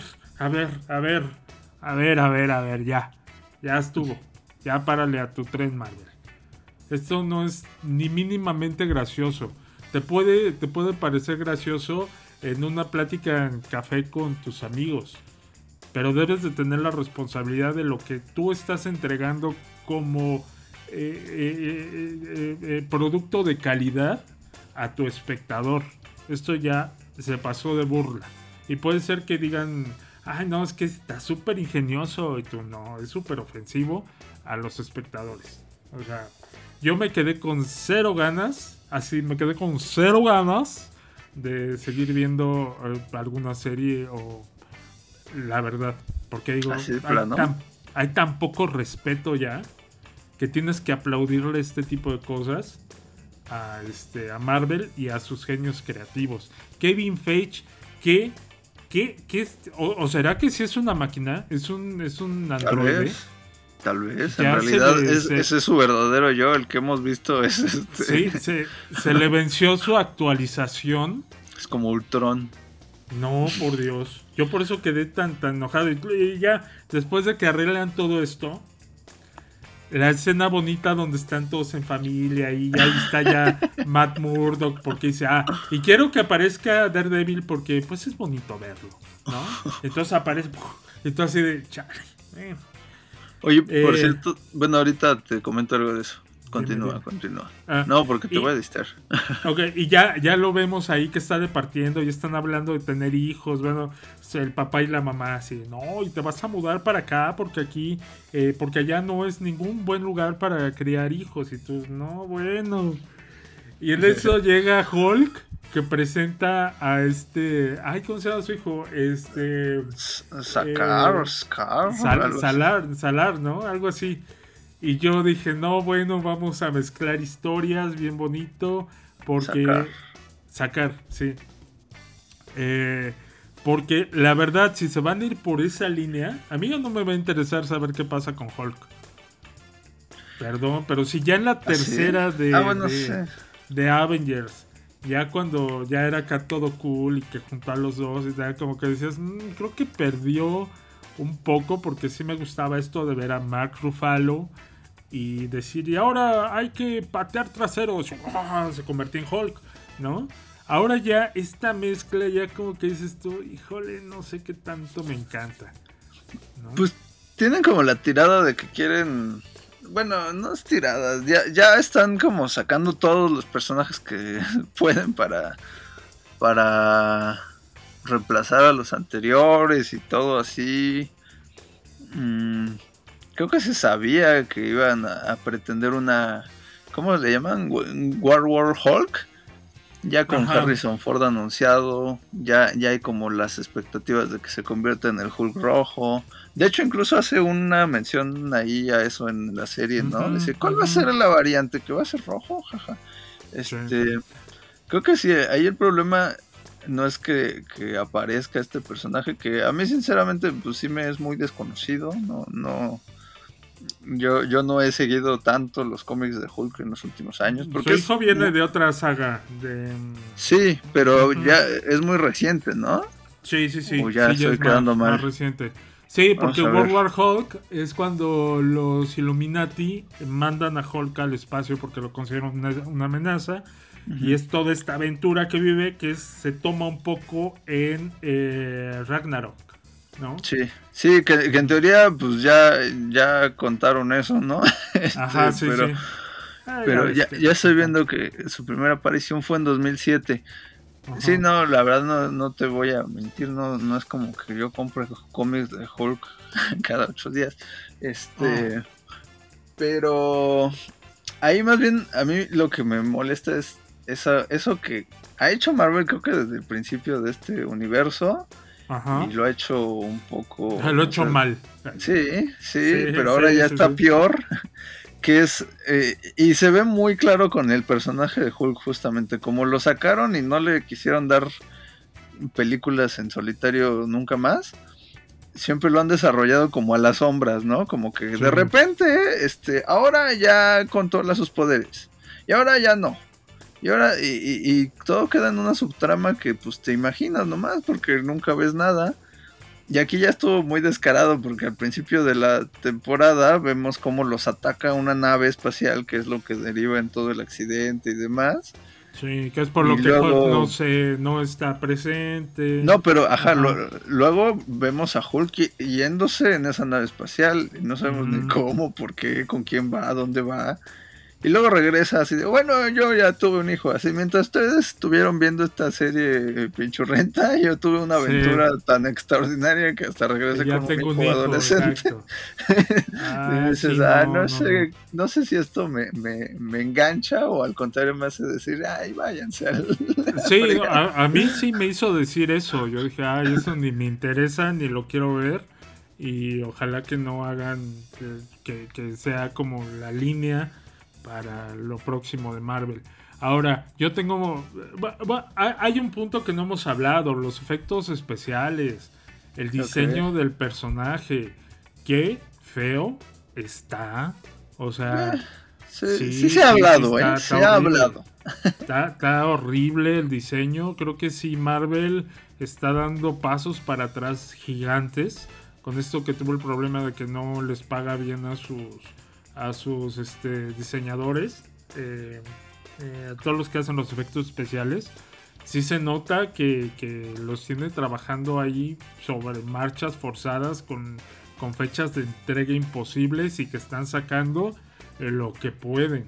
ya estuvo, ya párale a tu tren, Marvel. Esto no es ni mínimamente gracioso. Te puede parecer gracioso en una plática en café con tus amigos, pero debes de tener la responsabilidad de lo que tú estás entregando como producto de calidad a tu espectador. Esto ya se pasó de burla. Y puede ser que digan... Ay, no, es que está súper ingenioso. Y tú, no, es súper ofensivo a los espectadores. O sea, yo me quedé con cero ganas. De seguir viendo alguna serie o... La verdad. Porque digo, hay tan poco respeto ya que tienes que aplaudirle este tipo de cosas a Marvel y a sus genios creativos. Kevin Feige, ¿qué es? ¿O será que sí es una máquina? ¿Es un androide? Tal vez. En realidad ese es su verdadero yo. El que hemos visto es Sí, se le venció su actualización. Es como Ultron. No, por Dios. Yo por eso quedé tan enojado. Y ya, después de que arreglan todo esto, la escena bonita donde están todos en familia y ahí está ya Matt Murdock porque dice, y quiero que aparezca Daredevil porque pues es bonito verlo, ¿no? Entonces aparece, entonces así de chale. Oye, por cierto, bueno, ahorita te comento algo de eso. Continúa. No, porque te voy a distraer. Ok, y ya lo vemos ahí que está departiendo y están hablando de tener hijos. Bueno, el papá y la mamá así, no, y te vas a mudar para acá porque aquí, porque allá no es ningún buen lugar para criar hijos. Y tú, no, bueno. Y en eso llega Hulk, que presenta a ¿cómo se llama su hijo? Salar, ¿no? Algo así. Y yo dije, no, bueno, vamos a mezclar historias bien bonito. Porque... Sacar, sí. Porque la verdad, si se van a ir por esa línea, a mí no me va a interesar saber qué pasa con Hulk. Perdón, pero si ya en la tercera de Avengers, ya cuando ya era acá todo cool y que juntó a los dos, y tal, como que decías, creo que perdió un poco, porque sí me gustaba esto de ver a Mark Ruffalo y decir, y ahora hay que patear traseros, se convertía en Hulk, ¿no? Ahora ya esta mezcla, ya como que dices tú, híjole, no sé qué tanto me encanta, ¿no? Pues tienen como la tirada de que quieren... Bueno, no es tirada, ya están como sacando todos los personajes que pueden para reemplazar a los anteriores y todo así. Creo que se sabía que iban a pretender una... ¿Cómo le llaman? War Hulk. Ya con Harrison Ford anunciado, ya hay como las expectativas de que se convierta en el Hulk rojo. De hecho, incluso hace una mención ahí a eso en la serie, ¿no? Dice, ¿cuál va a ser la variante? ¿Que va a ser rojo? Jaja. Creo que sí, ahí el problema no es que aparezca este personaje, que a mí sinceramente pues sí me es muy desconocido, no... Yo no he seguido tanto los cómics de Hulk en los últimos años. Porque su hijo viene de otra saga. Sí, pero ya es muy reciente, ¿no? Sí. O ya estoy quedando mal. Más reciente. Sí, porque World War Hulk es cuando los Illuminati mandan a Hulk al espacio porque lo consideran una amenaza. Y es toda esta aventura que vive, que se toma un poco en Ragnarok, ¿no? Sí, que en teoría pues ya contaron eso, ¿no? Ajá, sí. Pero ya estoy viendo que su primera aparición fue en 2007. Ajá. Sí, no, la verdad no te voy a mentir, no es como que yo compre cómics de Hulk cada 8 días. Pero ahí más bien a mí lo que me molesta es eso que ha hecho Marvel, creo que desde el principio de este universo. Ajá. Y lo ha hecho un poco... Lo ha hecho mal. Sí, pero ahora ya está peor. Que es... y se ve muy claro con el personaje de Hulk, justamente. Como lo sacaron y no le quisieron dar películas en solitario nunca más, siempre lo han desarrollado como a las sombras, ¿no? Como que de repente, ahora ya controla sus poderes. Y ahora ya no. Y ahora, y todo queda en una subtrama que pues te imaginas nomás, porque nunca ves nada. Y aquí ya estuvo muy descarado, porque al principio de la temporada vemos cómo los ataca una nave espacial, que es lo que deriva en todo el accidente y demás. Sí, que es por lo que luego... Hulk no está presente. No, pero luego vemos a Hulk yéndose en esa nave espacial, y no sabemos ni cómo, por qué, con quién va, dónde va. Y luego regresa así de, bueno, yo ya tuve un hijo. Así, mientras ustedes estuvieron viendo esta serie pinchurrenta, yo tuve una aventura tan extraordinaria que hasta regresé como un hijo adolescente. Y dices, no sé si esto me engancha o al contrario me hace decir, ay, váyanse al... Sí, a mí sí me hizo decir eso. Yo dije, ay, eso ni me interesa, ni lo quiero ver. Y ojalá que no hagan que sea como la línea para lo próximo de Marvel. Ahora, yo tengo... hay un punto que no hemos hablado, los efectos especiales, el diseño del personaje. Qué feo está. O sea... Sí se ha hablado, se ha hablado. Está horrible el diseño. Creo que sí, Marvel está dando pasos para atrás gigantes. Con esto que tuvo el problema de que no les paga bien a sus diseñadores, a todos los que hacen los efectos especiales. Sí se nota que los tiene trabajando ahí sobre marchas forzadas con fechas de entrega imposibles y que están sacando lo que pueden.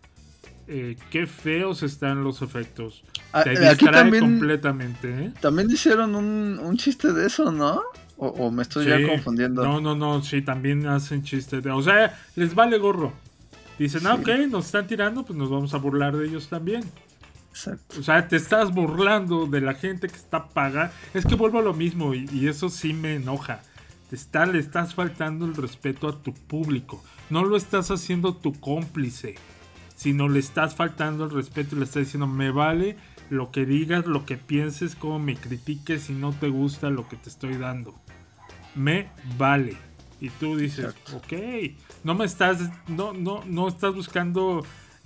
Qué feos están los efectos. Te distrae completamente. También hicieron un chiste de eso, ¿no? ¿O me estoy ya confundiendo? No, sí, también hacen chistes o sea, les vale gorro. Dicen, ok, nos están tirando, pues nos vamos a burlar de ellos también. Exacto. O sea, te estás burlando de la gente que está pagando. Es que vuelvo a lo mismo y eso sí me enoja. Le estás faltando el respeto a tu público. No lo estás haciendo tu cómplice, sino le estás faltando el respeto y le estás diciendo, me vale lo que digas, lo que pienses, cómo me critiques, si no te gusta lo que te estoy dando. Me vale. Y tú dices, exacto, ok, no estás buscando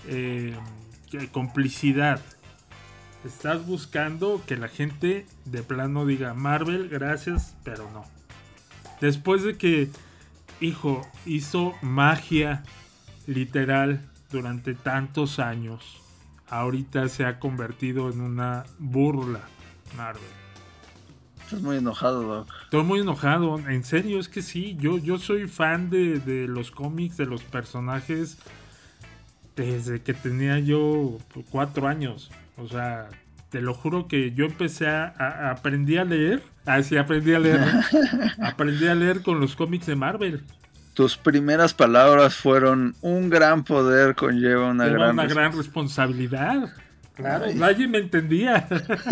complicidad. Estás buscando que la gente de plano diga, Marvel, gracias, pero no. Después de que, hijo, hizo magia literal durante tantos años, ahorita se ha convertido en una burla, Marvel. Estás muy enojado, Doc. Estoy muy enojado, en serio, es que sí, yo soy fan de los cómics, de los personajes, desde que tenía yo 4 años. O sea, te lo juro que yo empecé aprendí a leer. Sí, aprendí a leer. Aprendí a leer con los cómics de Marvel. Tus primeras palabras fueron: un gran poder conlleva una gran responsabilidad. Claro, nadie me entendía.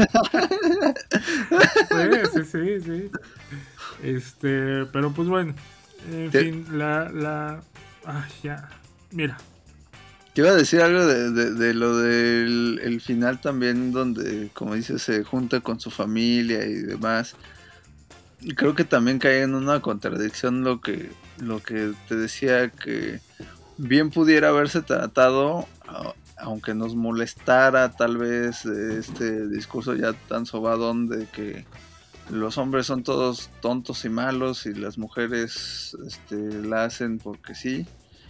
Sí. Pero pues bueno, en fin, ya, mira. Te iba a decir algo de lo del el final también, donde, como dices, se junta con su familia y demás. Y creo que también cae en una contradicción lo que te decía, que bien pudiera haberse tratado, aunque nos molestara tal vez este discurso ya tan sobadón de que los hombres son todos tontos y malos y las mujeres la hacen porque sí.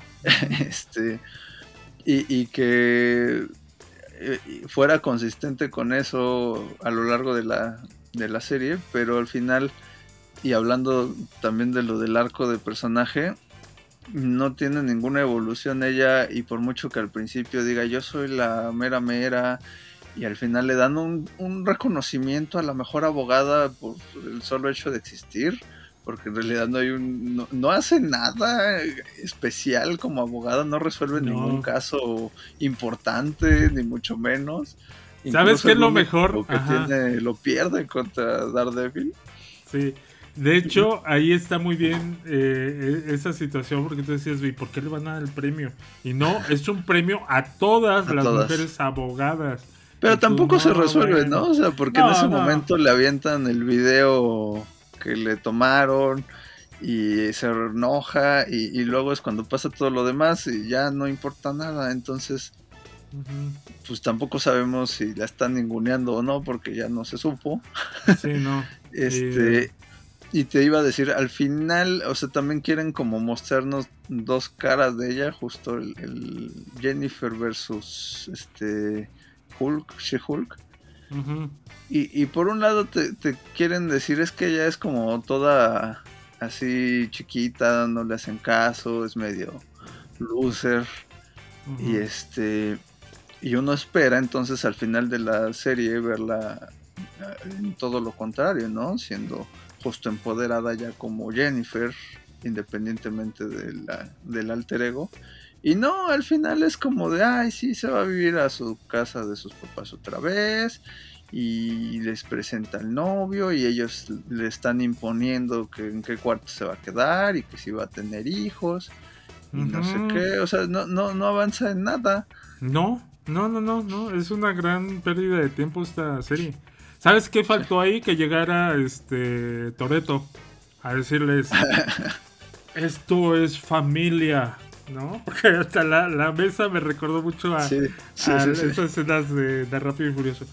Y que fuera consistente con eso a lo largo de la serie, pero al final, y hablando también de lo del arco de personaje, no tiene ninguna evolución ella, y por mucho que al principio diga yo soy la mera, y al final le dan un reconocimiento a la mejor abogada por el solo hecho de existir, porque en realidad no hace nada especial como abogada, no resuelve ningún caso importante, ni mucho menos. ¿Sabes qué es lo mejor? Que lo pierde contra Daredevil. Sí, de hecho ahí está muy bien esa situación, porque tú decías, ¿y por qué le van a dar el premio? Y no, es un premio a todas las mujeres abogadas. Pero tampoco se resuelve, ¿no? O sea, porque en ese momento le avientan el video que le tomaron y se enoja, y luego es cuando pasa todo lo demás y ya no importa nada. Entonces pues tampoco sabemos si la están ninguneando o no, porque ya no se supo. Sí, no. Y te iba a decir, al final, o sea, también quieren como mostrarnos dos caras de ella, justo el Jennifer versus She-Hulk. Y por un lado te quieren decir, es que ella es como toda así chiquita, no le hacen caso, es medio loser. Y uno espera entonces al final de la serie verla en todo lo contrario, ¿no? Siendo justo empoderada ya como Jennifer, independientemente del alter ego. Y no, al final es como de, ay, sí, se va a vivir a su casa de sus papás otra vez, y les presenta al novio, y ellos le están imponiendo que en qué cuarto se va a quedar, y que si va a tener hijos, y no sé qué, o sea, no avanza en nada. No, es una gran pérdida de tiempo esta serie. ¿Sabes qué faltó ahí? Que llegara Toretto a decirles, esto es familia, ¿no? Porque hasta la mesa me recordó mucho a esas escenas de Rápido y Furioso.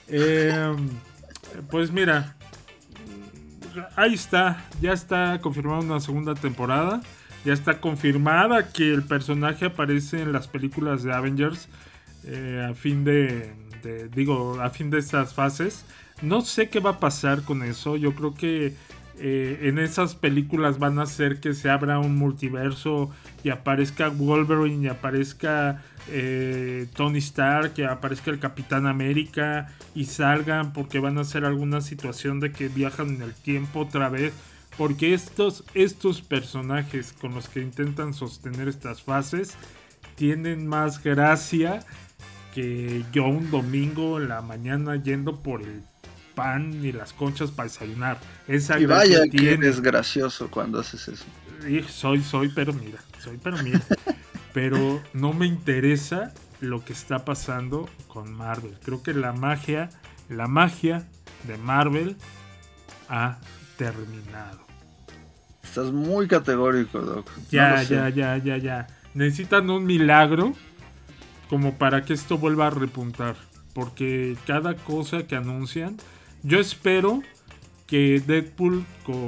Pues mira, ahí está, ya está confirmada una segunda temporada, ya está confirmada que el personaje aparece en las películas de Avengers a fin de estas fases. No sé qué va a pasar con eso. Yo creo que en esas películas van a hacer que se abra un multiverso y aparezca Wolverine, y aparezca Tony Stark, que aparezca el Capitán América, y salgan porque van a hacer alguna situación de que viajan en el tiempo otra vez, porque estos personajes con los que intentan sostener estas fases tienen más gracia que yo un domingo en la mañana yendo por el pan y las conchas para desayunar. Y vaya que eres gracioso cuando haces eso. Soy, pero mira. Pero no me interesa lo que está pasando con Marvel. Creo que la magia de Marvel ha terminado. Estás muy categórico, Doc. Ya. Necesitan un milagro como para que esto vuelva a repuntar. Porque cada cosa que anuncian, yo espero que Deadpool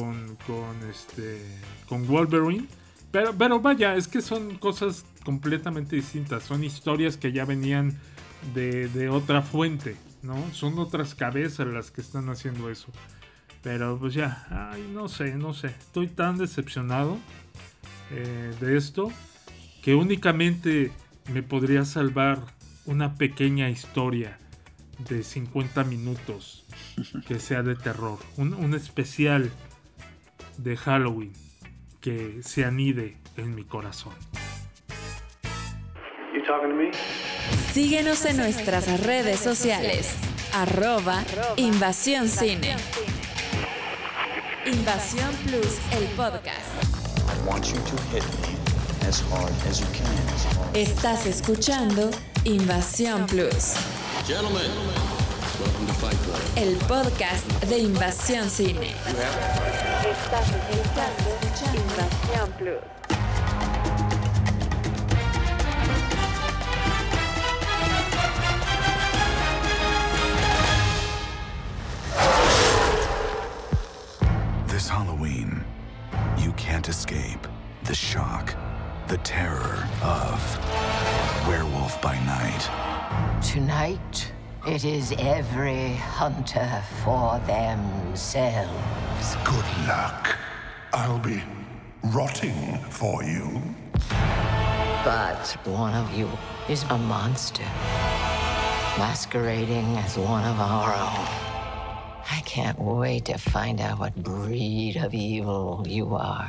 con Wolverine. Pero vaya, es que son cosas completamente distintas. Son historias que ya venían de otra fuente, ¿no? Son otras cabezas las que están haciendo eso. Pero pues ya, no sé. Estoy tan decepcionado de esto que únicamente me podría salvar una pequeña historia de 50 minutos que sea de terror. Un especial de Halloween que se anide en mi corazón. Síguenos en nuestras redes sociales. @Invasión Cine. Invasión Plus, el podcast. Estás escuchando Invasión Plus. El podcast de Invasión Cine. Estás escuchando Invasión Plus. This Halloween, you can't escape the shock, the terror of Werewolf by Night. Tonight, it is every hunter for themselves. Good luck. I'll be rotting for you. But one of you is a monster, masquerading as one of our own. I can't wait to find out what breed of evil you are.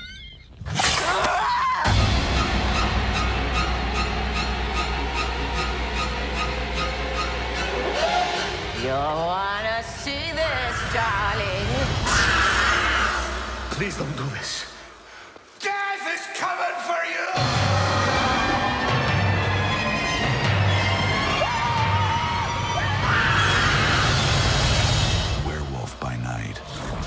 You wanna see this, darling? Please don't do this. Death is coming for you! Werewolf by Night.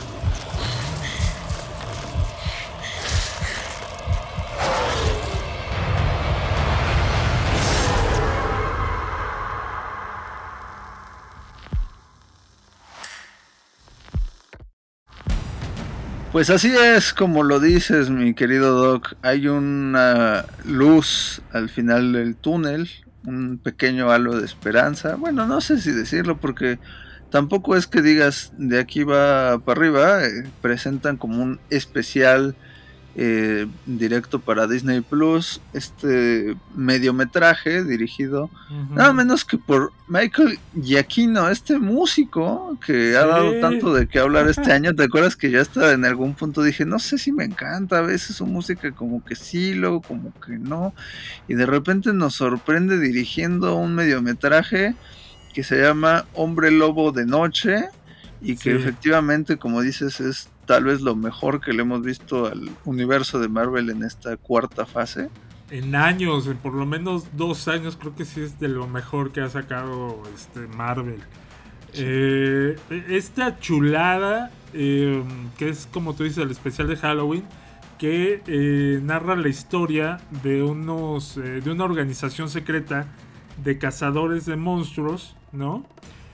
Pues así es como lo dices, mi querido Doc. Hay una luz al final del túnel, un pequeño halo de esperanza. Bueno, no sé si decirlo porque tampoco es que digas de aquí va para arriba. Presentan como un especial directo para Disney Plus, este mediometraje dirigido nada menos que por Michael Giacchino, este músico que ha dado tanto de qué hablar este año. ¿Te acuerdas que ya hasta en algún punto dije, no sé si me encanta, a veces su música como que sí, luego como que no, y de repente nos sorprende dirigiendo un mediometraje que se llama Hombre Lobo de Noche y que efectivamente, como dices, es tal vez lo mejor que le hemos visto al universo de Marvel en esta cuarta fase. En años, en por lo menos 2 años, creo que sí es de lo mejor que ha sacado Marvel. Sí. Esta chulada, que es como tú dices, el especial de Halloween, que narra la historia de una organización secreta de cazadores de monstruos, ¿no?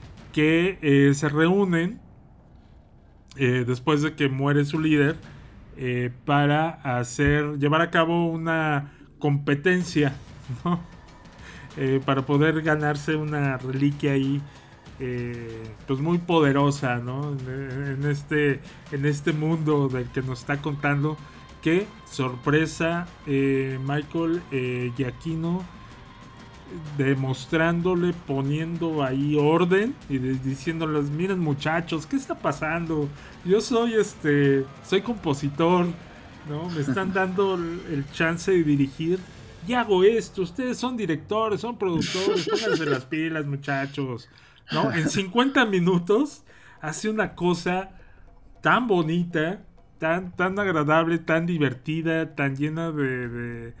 Que se reúnen después de que muere su líder para llevar a cabo una competencia, ¿no? Para poder ganarse una reliquia ahí pues muy poderosa, ¿no? En este mundo del que nos está contando. Que sorpresa, Michael Giacchino demostrándole, poniendo ahí orden y diciéndoles, miren muchachos, ¿qué está pasando? Yo soy compositor, ¿no? Me están dando el chance de dirigir y hago esto. Ustedes son directores, son productores, pónganse las pilas, muchachos, ¿no? En 50 minutos hace una cosa tan bonita, tan agradable, tan divertida, tan llena de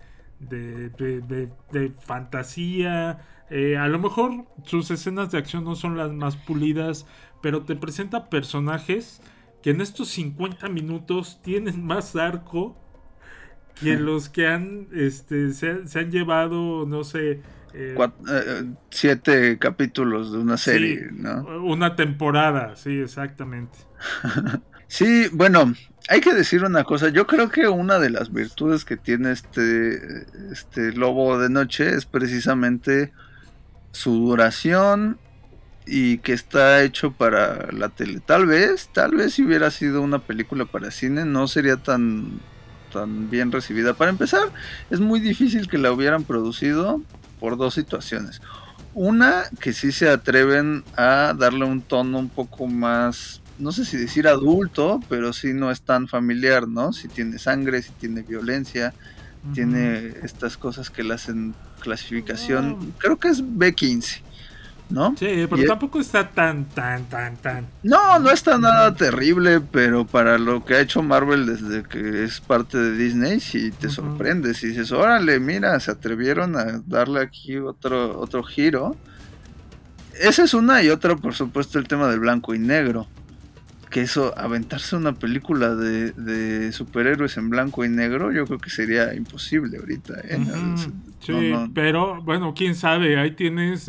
fantasía. A lo mejor sus escenas de acción no son las más pulidas, pero te presenta personajes que en estos 50 minutos tienen más arco que los que se han llevado, no sé, 7 capítulos de una serie, sí, ¿no? Una temporada, sí, exactamente. Sí, bueno, hay que decir una cosa. Yo creo que una de las virtudes que tiene este Lobo de Noche es precisamente su duración y que está hecho para la tele. Tal vez si hubiera sido una película para cine no sería tan bien recibida. Para empezar, es muy difícil que la hubieran producido por 2 situaciones. Una, que sí se atreven a darle un tono un poco más, no sé si decir adulto, pero sí no es tan familiar, ¿no? Si tiene sangre, si tiene violencia, tiene estas cosas que le hacen clasificación, creo que es B15, ¿no? Sí, pero tampoco está tan. No está nada terrible, pero para lo que ha hecho Marvel desde que es parte de Disney, sí te sorprendes y dices, órale, mira, se atrevieron a darle aquí otro giro. Esa es una, y otra, por supuesto, el tema del blanco y negro. Que eso, aventarse una película de superhéroes en blanco y negro, yo creo que sería imposible ahorita, ¿eh? Sí, no. Pero bueno, quién sabe, ahí tienes...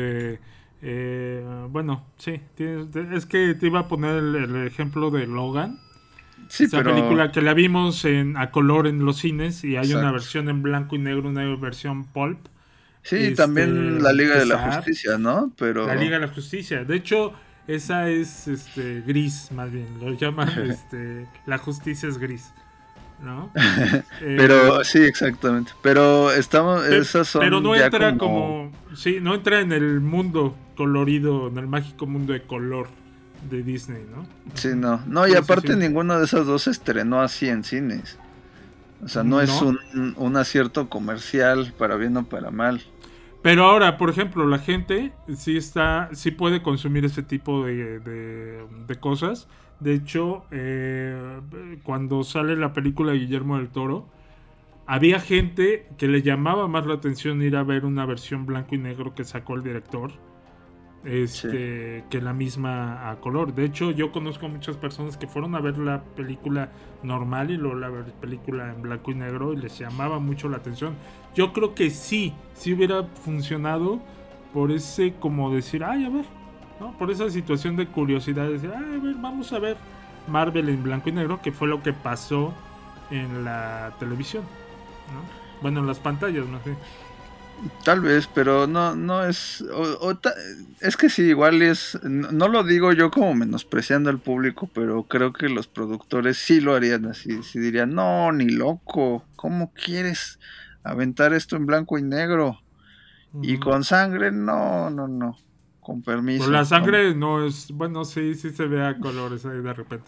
bueno, sí, es que te iba a poner el ejemplo de Logan. Sí, esa película que la vimos a color en los cines y hay Exacto. una versión en blanco y negro, una versión pulp. Sí, también la Liga de la Justicia, ¿no? Pero la Liga de la Justicia. De hecho, esa es gris, más bien. Lo llaman la justicia es gris, ¿no? Pero sí, exactamente. Pero esas son. Pero no ya entra sí, no entra en el mundo colorido, en el mágico mundo de color de Disney, ¿no? Sí, no, y aparte ninguna de esas dos se estrenó así en cines. O sea, no es un acierto comercial para bien o para mal. Pero ahora, por ejemplo, la gente sí puede consumir ese tipo de cosas. De hecho, cuando sale la película de Guillermo del Toro, había gente que le llamaba más la atención ir a ver una versión blanco y negro que sacó el director que la misma a color. De hecho, yo conozco muchas personas que fueron a ver la película normal y luego la película en blanco y negro y les llamaba mucho la atención. Yo creo que sí hubiera funcionado por ese, como decir, ay, a ver, ¿no? Por esa situación de curiosidad, de decir, ay, a ver, vamos a ver Marvel en blanco y negro, que fue lo que pasó en la televisión, ¿no? Bueno, en las pantallas, no sé. Tal vez, pero no es... es que sí, igual es... No lo digo yo como menospreciando al público, pero creo que los productores sí lo harían así. Sí dirían, no, ni loco, ¿cómo quieres aventar esto en blanco y negro? Y con sangre, no, con permiso. Pero la sangre no es... Bueno, sí se ve a colores ahí de repente.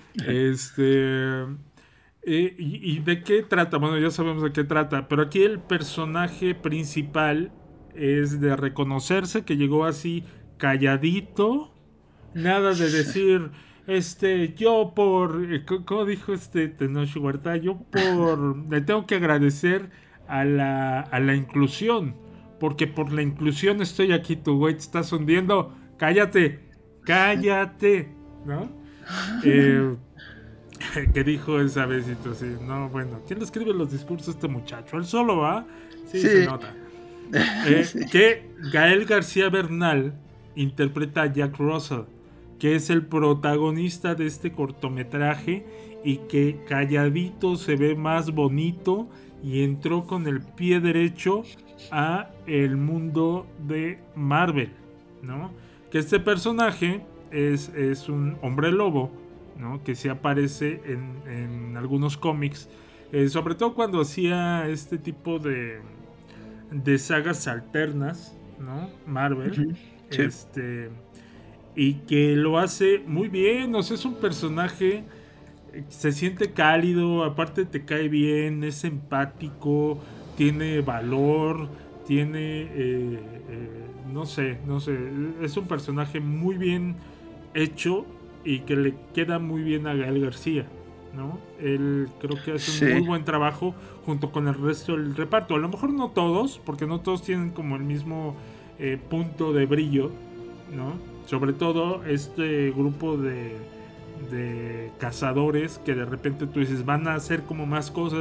¿Y de qué trata? Bueno, ya sabemos de qué trata, pero aquí el personaje principal es de reconocerse que llegó así calladito, nada de decir, yo por, ¿cómo dijo Tenoch Huerta? Le tengo que agradecer a la inclusión, porque por la inclusión estoy aquí, tu güey te estás hundiendo, cállate, ¿no? Que dijo esa besito así, no, bueno, ¿quién le escribe los discursos a este muchacho? ¿Él solo va? Sí. Se nota. Sí. Que Gael García Bernal interpreta a Jack Russell, que es el protagonista de este cortometraje y que calladito se ve más bonito y entró con el pie derecho a el mundo de Marvel, ¿no? Que este personaje es un hombre lobo, ¿no? Que se aparece en algunos cómics, sobre todo cuando hacía este tipo de sagas alternas, ¿no? Marvel, sí. Y que lo hace muy bien, o sea, es un personaje, se siente cálido, aparte te cae bien, es empático, tiene valor, tiene, no sé, es un personaje muy bien hecho y que le queda muy bien a Gael García, ¿no? Él creo que hace un muy buen trabajo junto con el resto del reparto. A lo mejor no todos, porque no todos tienen como el mismo punto de brillo, ¿no? Sobre todo este grupo de cazadores que de repente tú dices van a hacer como más cosas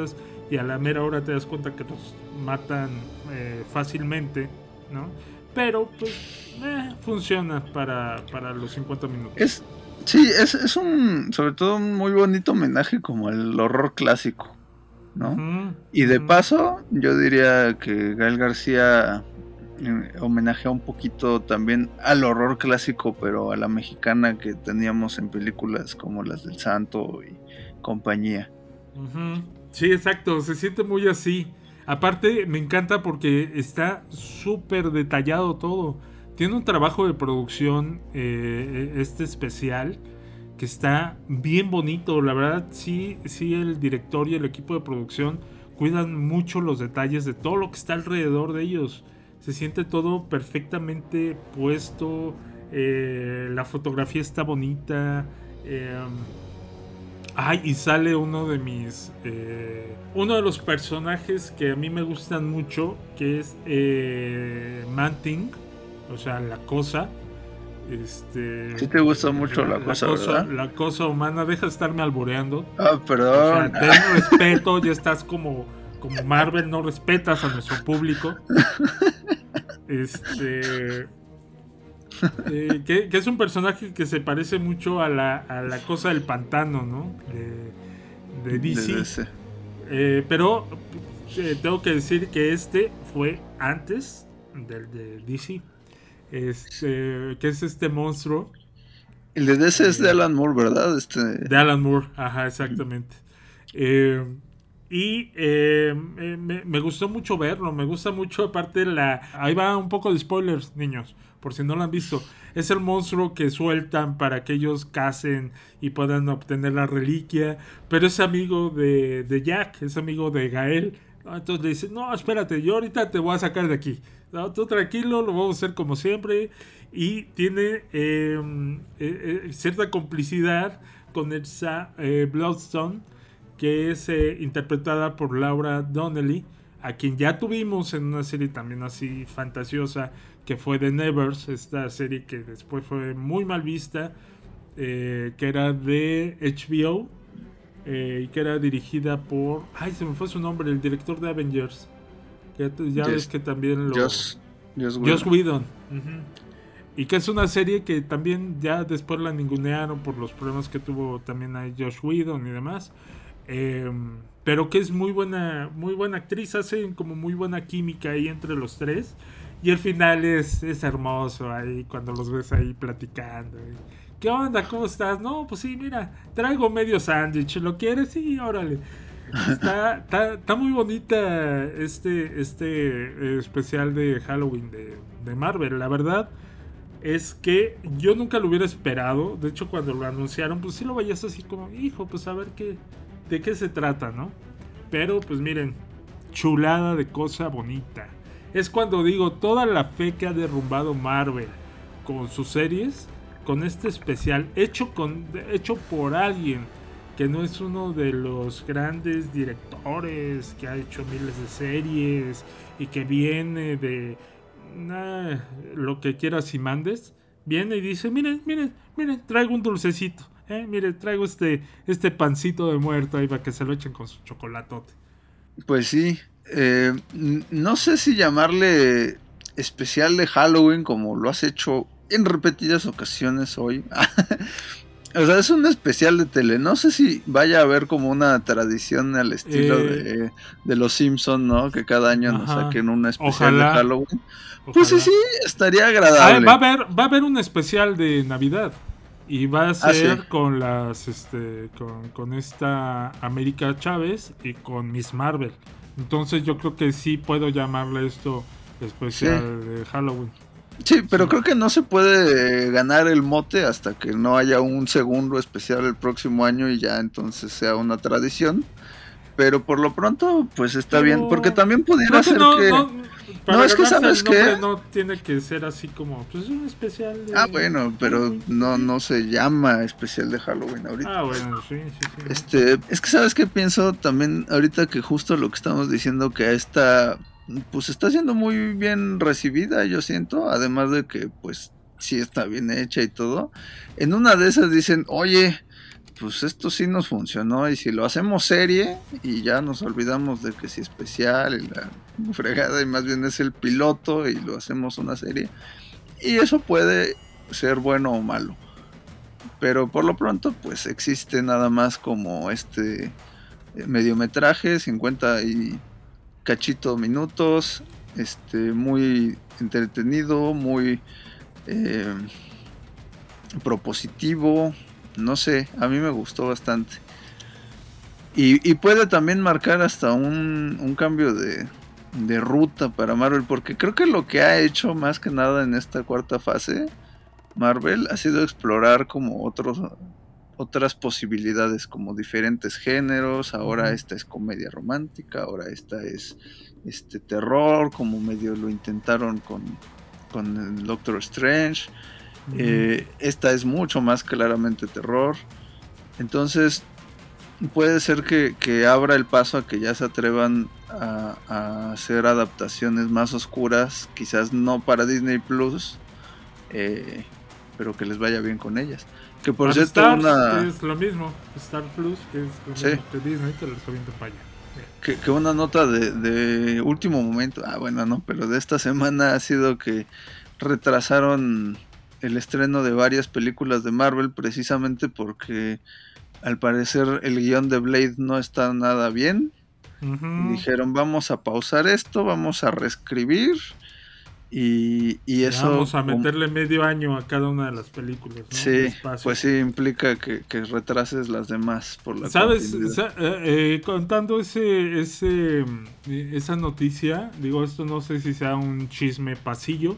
y a la mera hora te das cuenta que los matan fácilmente, ¿no? Pero pues funciona para los 50 minutos. Es un, sobre todo un muy bonito homenaje como al horror clásico, ¿no? Y de paso, yo diría que Gael García homenajea un poquito también al horror clásico, pero a la mexicana que teníamos en películas como las del Santo y compañía. Sí, exacto, se siente muy así. Aparte, me encanta porque está súper detallado todo. Tiene un trabajo de producción especial que está bien bonito. La verdad, sí, el director y el equipo de producción cuidan mucho los detalles de todo lo que está alrededor de ellos. Se siente todo perfectamente puesto. La fotografía está bonita. Y sale uno de los personajes que a mí me gustan mucho, que es Man-Thing, o sea, la cosa. Sí te gusta mucho la cosa, ¿verdad? La cosa humana, deja de estarme alboreando. Perdón. O sea, ten respeto, ya estás como Marvel, no respetas a nuestro público. Que es un personaje que se parece mucho a la cosa del pantano, ¿no? De DC. Pero tengo que decir que fue antes del de DC. Que es este monstruo. El de DC es de Alan Moore, ¿verdad? De Alan Moore, ajá, exactamente. Me gustó mucho verlo, me gusta mucho, aparte ahí va un poco de spoilers, niños, por si no lo han visto. Es el monstruo que sueltan para que ellos cacen y puedan obtener la reliquia, pero es amigo de Jack, es amigo de Gael. Entonces le dice, no, espérate, yo ahorita te voy a sacar de aquí. No, tú tranquilo, lo vamos a hacer como siempre. Y tiene cierta complicidad con Elsa Bloodstone, que es interpretada por Laura Donnelly, a quien ya tuvimos en una serie también así fantasiosa, que fue The Nevers, esta serie que después fue muy mal vista, que era de HBO, y que era dirigida por... se me fue su nombre, el director de Avengers. Ves que también Joss Whedon. Y que es una serie que también ya después la ningunearon por los problemas que tuvo también ahí Joss Whedon y demás. Pero que es muy buena actriz, hacen como muy buena química ahí entre los tres. Y el final es hermoso ahí cuando los ves ahí platicando. ¿Qué onda? ¿Cómo estás? No, pues sí, mira, traigo medio sándwich, ¿lo quieres? Sí, órale. Está muy bonita este especial de Halloween de Marvel. La verdad es que yo nunca lo hubiera esperado. De hecho, cuando lo anunciaron, pues sí lo veías así como, hijo, pues a ver de qué se trata, ¿no? Pero pues miren, chulada de cosa bonita. Es cuando digo, toda la fe que ha derrumbado Marvel con sus series, con este especial hecho por alguien que no es uno de los grandes directores que ha hecho miles de series y que viene de lo que quieras y mandes, viene y dice, miren, traigo un dulcecito, miren, traigo este pancito de muerto ahí para que se lo echen con su chocolatote. Pues sí, no sé si llamarle especial de Halloween como lo has hecho en repetidas ocasiones hoy. O sea, es un especial de tele. No sé si vaya a haber como una tradición al estilo de los Simpsons, ¿no? Que cada año nos saquen un especial de Halloween. Pues sí, estaría agradable. Va a haber un especial de Navidad. Y va a ser con con esta América Chávez y con Miss Marvel. Entonces yo creo que sí puedo llamarle esto especial de Halloween. Sí, pero creo que no se puede ganar el mote hasta que no haya un segundo especial el próximo año y ya entonces sea una tradición. Pero por lo pronto, pues está bien, porque también pudiera ser que... No, es que sabes que no tiene que ser así como, pues es un especial de... bueno, pero no se llama especial de Halloween ahorita. Bueno, sí. Es que sabes qué pienso también ahorita, que justo lo que estamos diciendo, que pues está siendo muy bien recibida, yo siento, además de que pues sí está bien hecha y todo. En una de esas dicen, oye, pues esto sí nos funcionó, y si lo hacemos serie y ya nos olvidamos de que si especial y la fregada, y más bien es el piloto y lo hacemos una serie, y eso puede ser bueno o malo, pero por lo pronto pues existe nada más como mediometraje, 50 y cachito minutos, muy entretenido, muy propositivo, no sé, a mí me gustó bastante. Y puede también marcar hasta un cambio de ruta para Marvel, porque creo que lo que ha hecho más que nada en esta cuarta fase Marvel ha sido explorar como otras posibilidades, como diferentes géneros. Ahora esta es comedia romántica, ahora esta es terror, como medio lo intentaron con el Doctor Strange. Esta es mucho más claramente terror. Entonces puede ser que abra el paso a que ya se atrevan a hacer adaptaciones más oscuras, quizás no para Disney Plus, pero que les vaya bien con ellas. Que por para cierto Star, es lo mismo, Star Plus, que es lo mismo que Disney, que les avienta para allá. Que una nota de último momento, bueno, no, pero de esta semana ha sido que retrasaron el estreno de varias películas de Marvel precisamente porque al parecer el guión de Blade no está nada bien. Y dijeron, vamos a pausar esto, vamos a reescribir y eso... Vamos a meterle medio año a cada una de las películas, ¿no? Sí, pues sí, implica que retrases las demás por la ¿sabes? Contando esa noticia, digo, esto no sé si sea un chisme pasillo,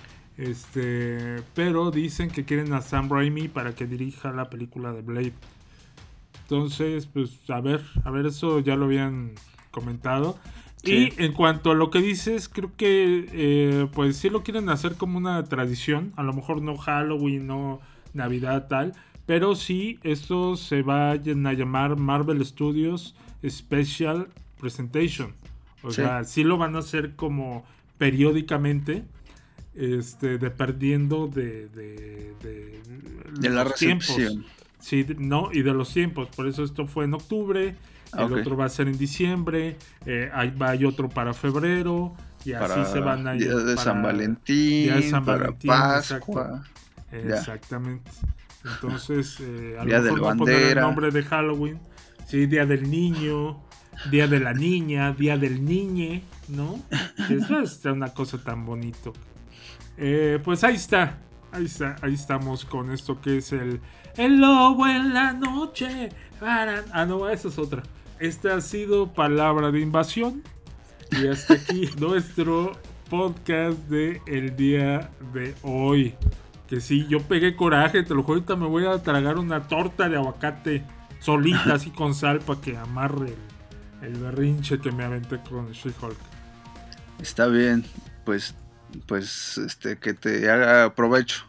pero dicen que quieren a Sam Raimi para que dirija la película de Blade. Entonces, pues a ver, eso ya lo habían comentado. Sí. Y en cuanto a lo que dices, creo que pues sí lo quieren hacer como una tradición. A lo mejor no Halloween, no Navidad tal, pero sí esto se va a llamar Marvel Studios Special Presentation. O sea, sí lo van a hacer como periódicamente, dependiendo de la recepción. Tiempos. Sí, no, y de los tiempos. Por eso esto fue en octubre. El otro va a ser en diciembre. Hay otro para febrero. Y así se van a ir. Día de San Valentín. Día de San Valentín. Para Pascua. Exactamente. Entonces, a Día lo mejor del no poner el nombre de Halloween. Sí, Día del Niño. Día de la Niña. Día del Niñe. ¿No? Eso es una cosa tan bonito. Pues ahí está. Ahí estamos con esto que es el lobo en la noche. No, esa es otra. Esta ha sido Palabra de Invasión. Y hasta aquí nuestro podcast de el día de hoy. Que sí, yo pegué coraje, te lo juro, ahorita me voy a tragar una torta de aguacate solita, así con sal, para que amarre el berrinche que me aventé con She-Hulk. Está bien, pues que te haga provecho.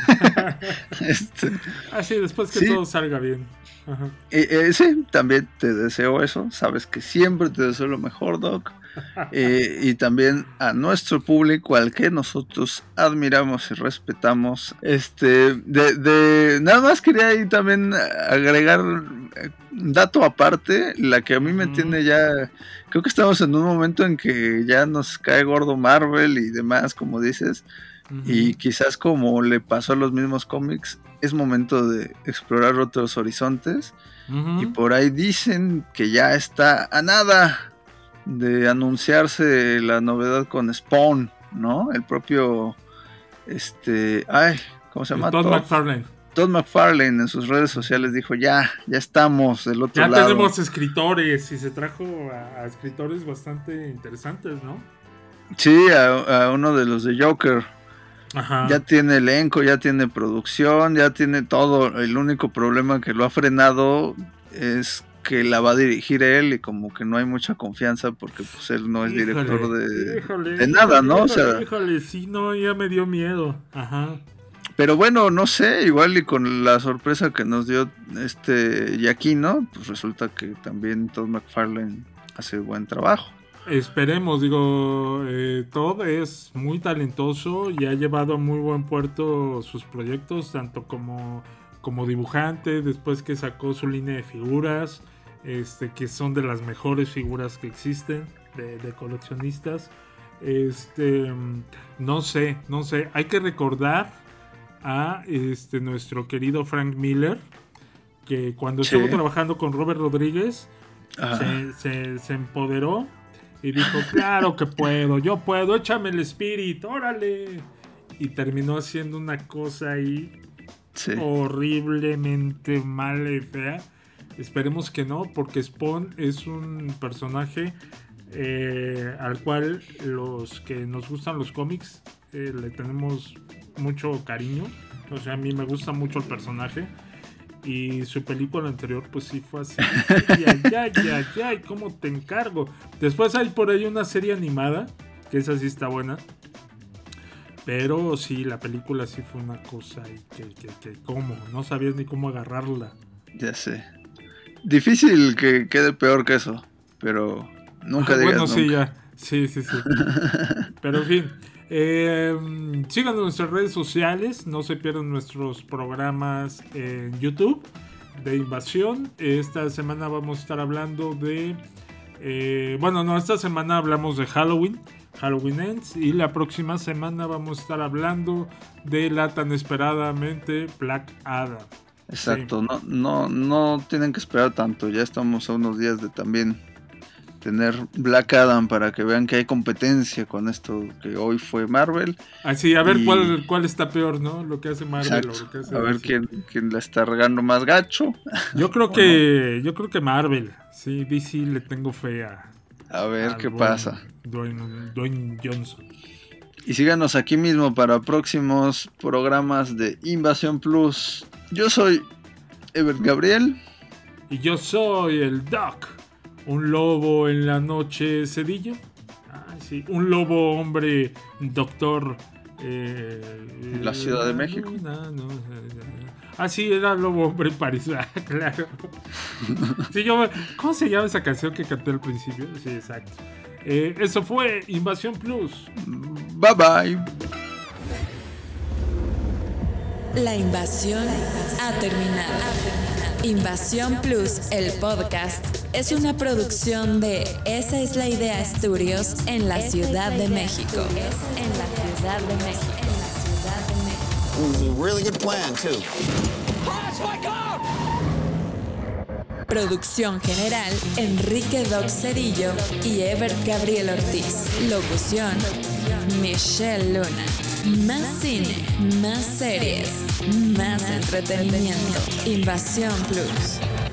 Así, después que todo salga bien. Ajá. Sí, también te deseo eso. Sabes que siempre te deseo lo mejor, Doc. Y también a nuestro público, al que nosotros admiramos y respetamos. Nada más quería ahí también agregar un dato aparte, la que a mí me tiene ya. Creo que estamos en un momento en que ya nos cae gordo Marvel y demás, como dices. Y quizás como le pasó a los mismos cómics, es momento de explorar otros horizontes. Y por ahí dicen que ya está a nada de anunciarse la novedad con Spawn, ¿no? El propio ¿cómo se llama? Todd McFarlane en sus redes sociales dijo, ya estamos del otro lado. Ya tenemos escritores y se trajo a escritores bastante interesantes, ¿no? Sí, a uno de los de Joker. Ajá. Ya tiene elenco, ya tiene producción, ya tiene todo. El único problema que lo ha frenado es que la va a dirigir él y como que no hay mucha confianza porque pues él no es director de nada, ¿no? Sí, no, ya me dio miedo. Ajá. Pero bueno, no sé, igual y con la sorpresa que nos dio Giacchino, pues resulta que también Todd McFarlane hace buen trabajo. Esperemos, digo, Todd es muy talentoso y ha llevado a muy buen puerto sus proyectos, tanto como como dibujante, después que sacó su línea de figuras, que son de las mejores figuras que existen de coleccionistas. No sé, hay que recordar a nuestro querido Frank Miller, que cuando estuvo trabajando con Robert Rodríguez se empoderó y dijo, claro que puedo, yo puedo, échame el espíritu, órale, y terminó haciendo una cosa ahí horriblemente mala y fea. Esperemos que no, porque Spawn es un personaje al cual los que nos gustan los cómics le tenemos mucho cariño. O sea, a mí me gusta mucho el personaje, y su película anterior pues sí fue así. Ay, ¿cómo te encargo? Después hay por ahí una serie animada, que esa sí está buena, pero sí, la película sí fue una cosa que ¿cómo? No sabías ni cómo agarrarla. Ya sé. Difícil que quede peor que eso, pero nunca digas bueno, nunca. Sí, ya. Sí. Pero en fin, síganos en nuestras redes sociales, no se pierdan nuestros programas en YouTube de Invasión. Esta semana vamos a estar hablando de... esta semana hablamos de Halloween Ends, y la próxima semana vamos a estar hablando de la tan esperadamente Black Adam. Exacto, sí. No tienen que esperar tanto, ya estamos a unos días de también tener Black Adam para que vean que hay competencia con esto que hoy fue Marvel. Así, a ver cuál está peor, ¿no? Lo que hace Marvel. Exacto. O lo que hace a ver quién la está regando más gacho. Yo creo que Marvel. Sí, DC le tengo fe a ver qué pasa. Dwayne Johnson. Y síganos aquí mismo para próximos programas de Invasión Plus. Yo soy Ever Gabriel. Y yo soy el Doc. Un lobo en la noche, Cedillo. Sí. Un lobo hombre doctor. La Ciudad de México. Sí, era lobo hombre en París. Claro. Sí, ¿cómo se llama esa canción que canté al principio? Sí, exacto. Eso fue Invasión Plus. Bye bye. La invasión ha terminado. Invasión Plus, el podcast, es una producción de Esa es la Idea Studios en la Ciudad de México. It was a really good plan, too. Producción general, Enrique Doc Cedillo y Ever Gabriel Ortiz. Locución, Michelle Luna. Más cine, más series, más entretenimiento. Invasión Plus.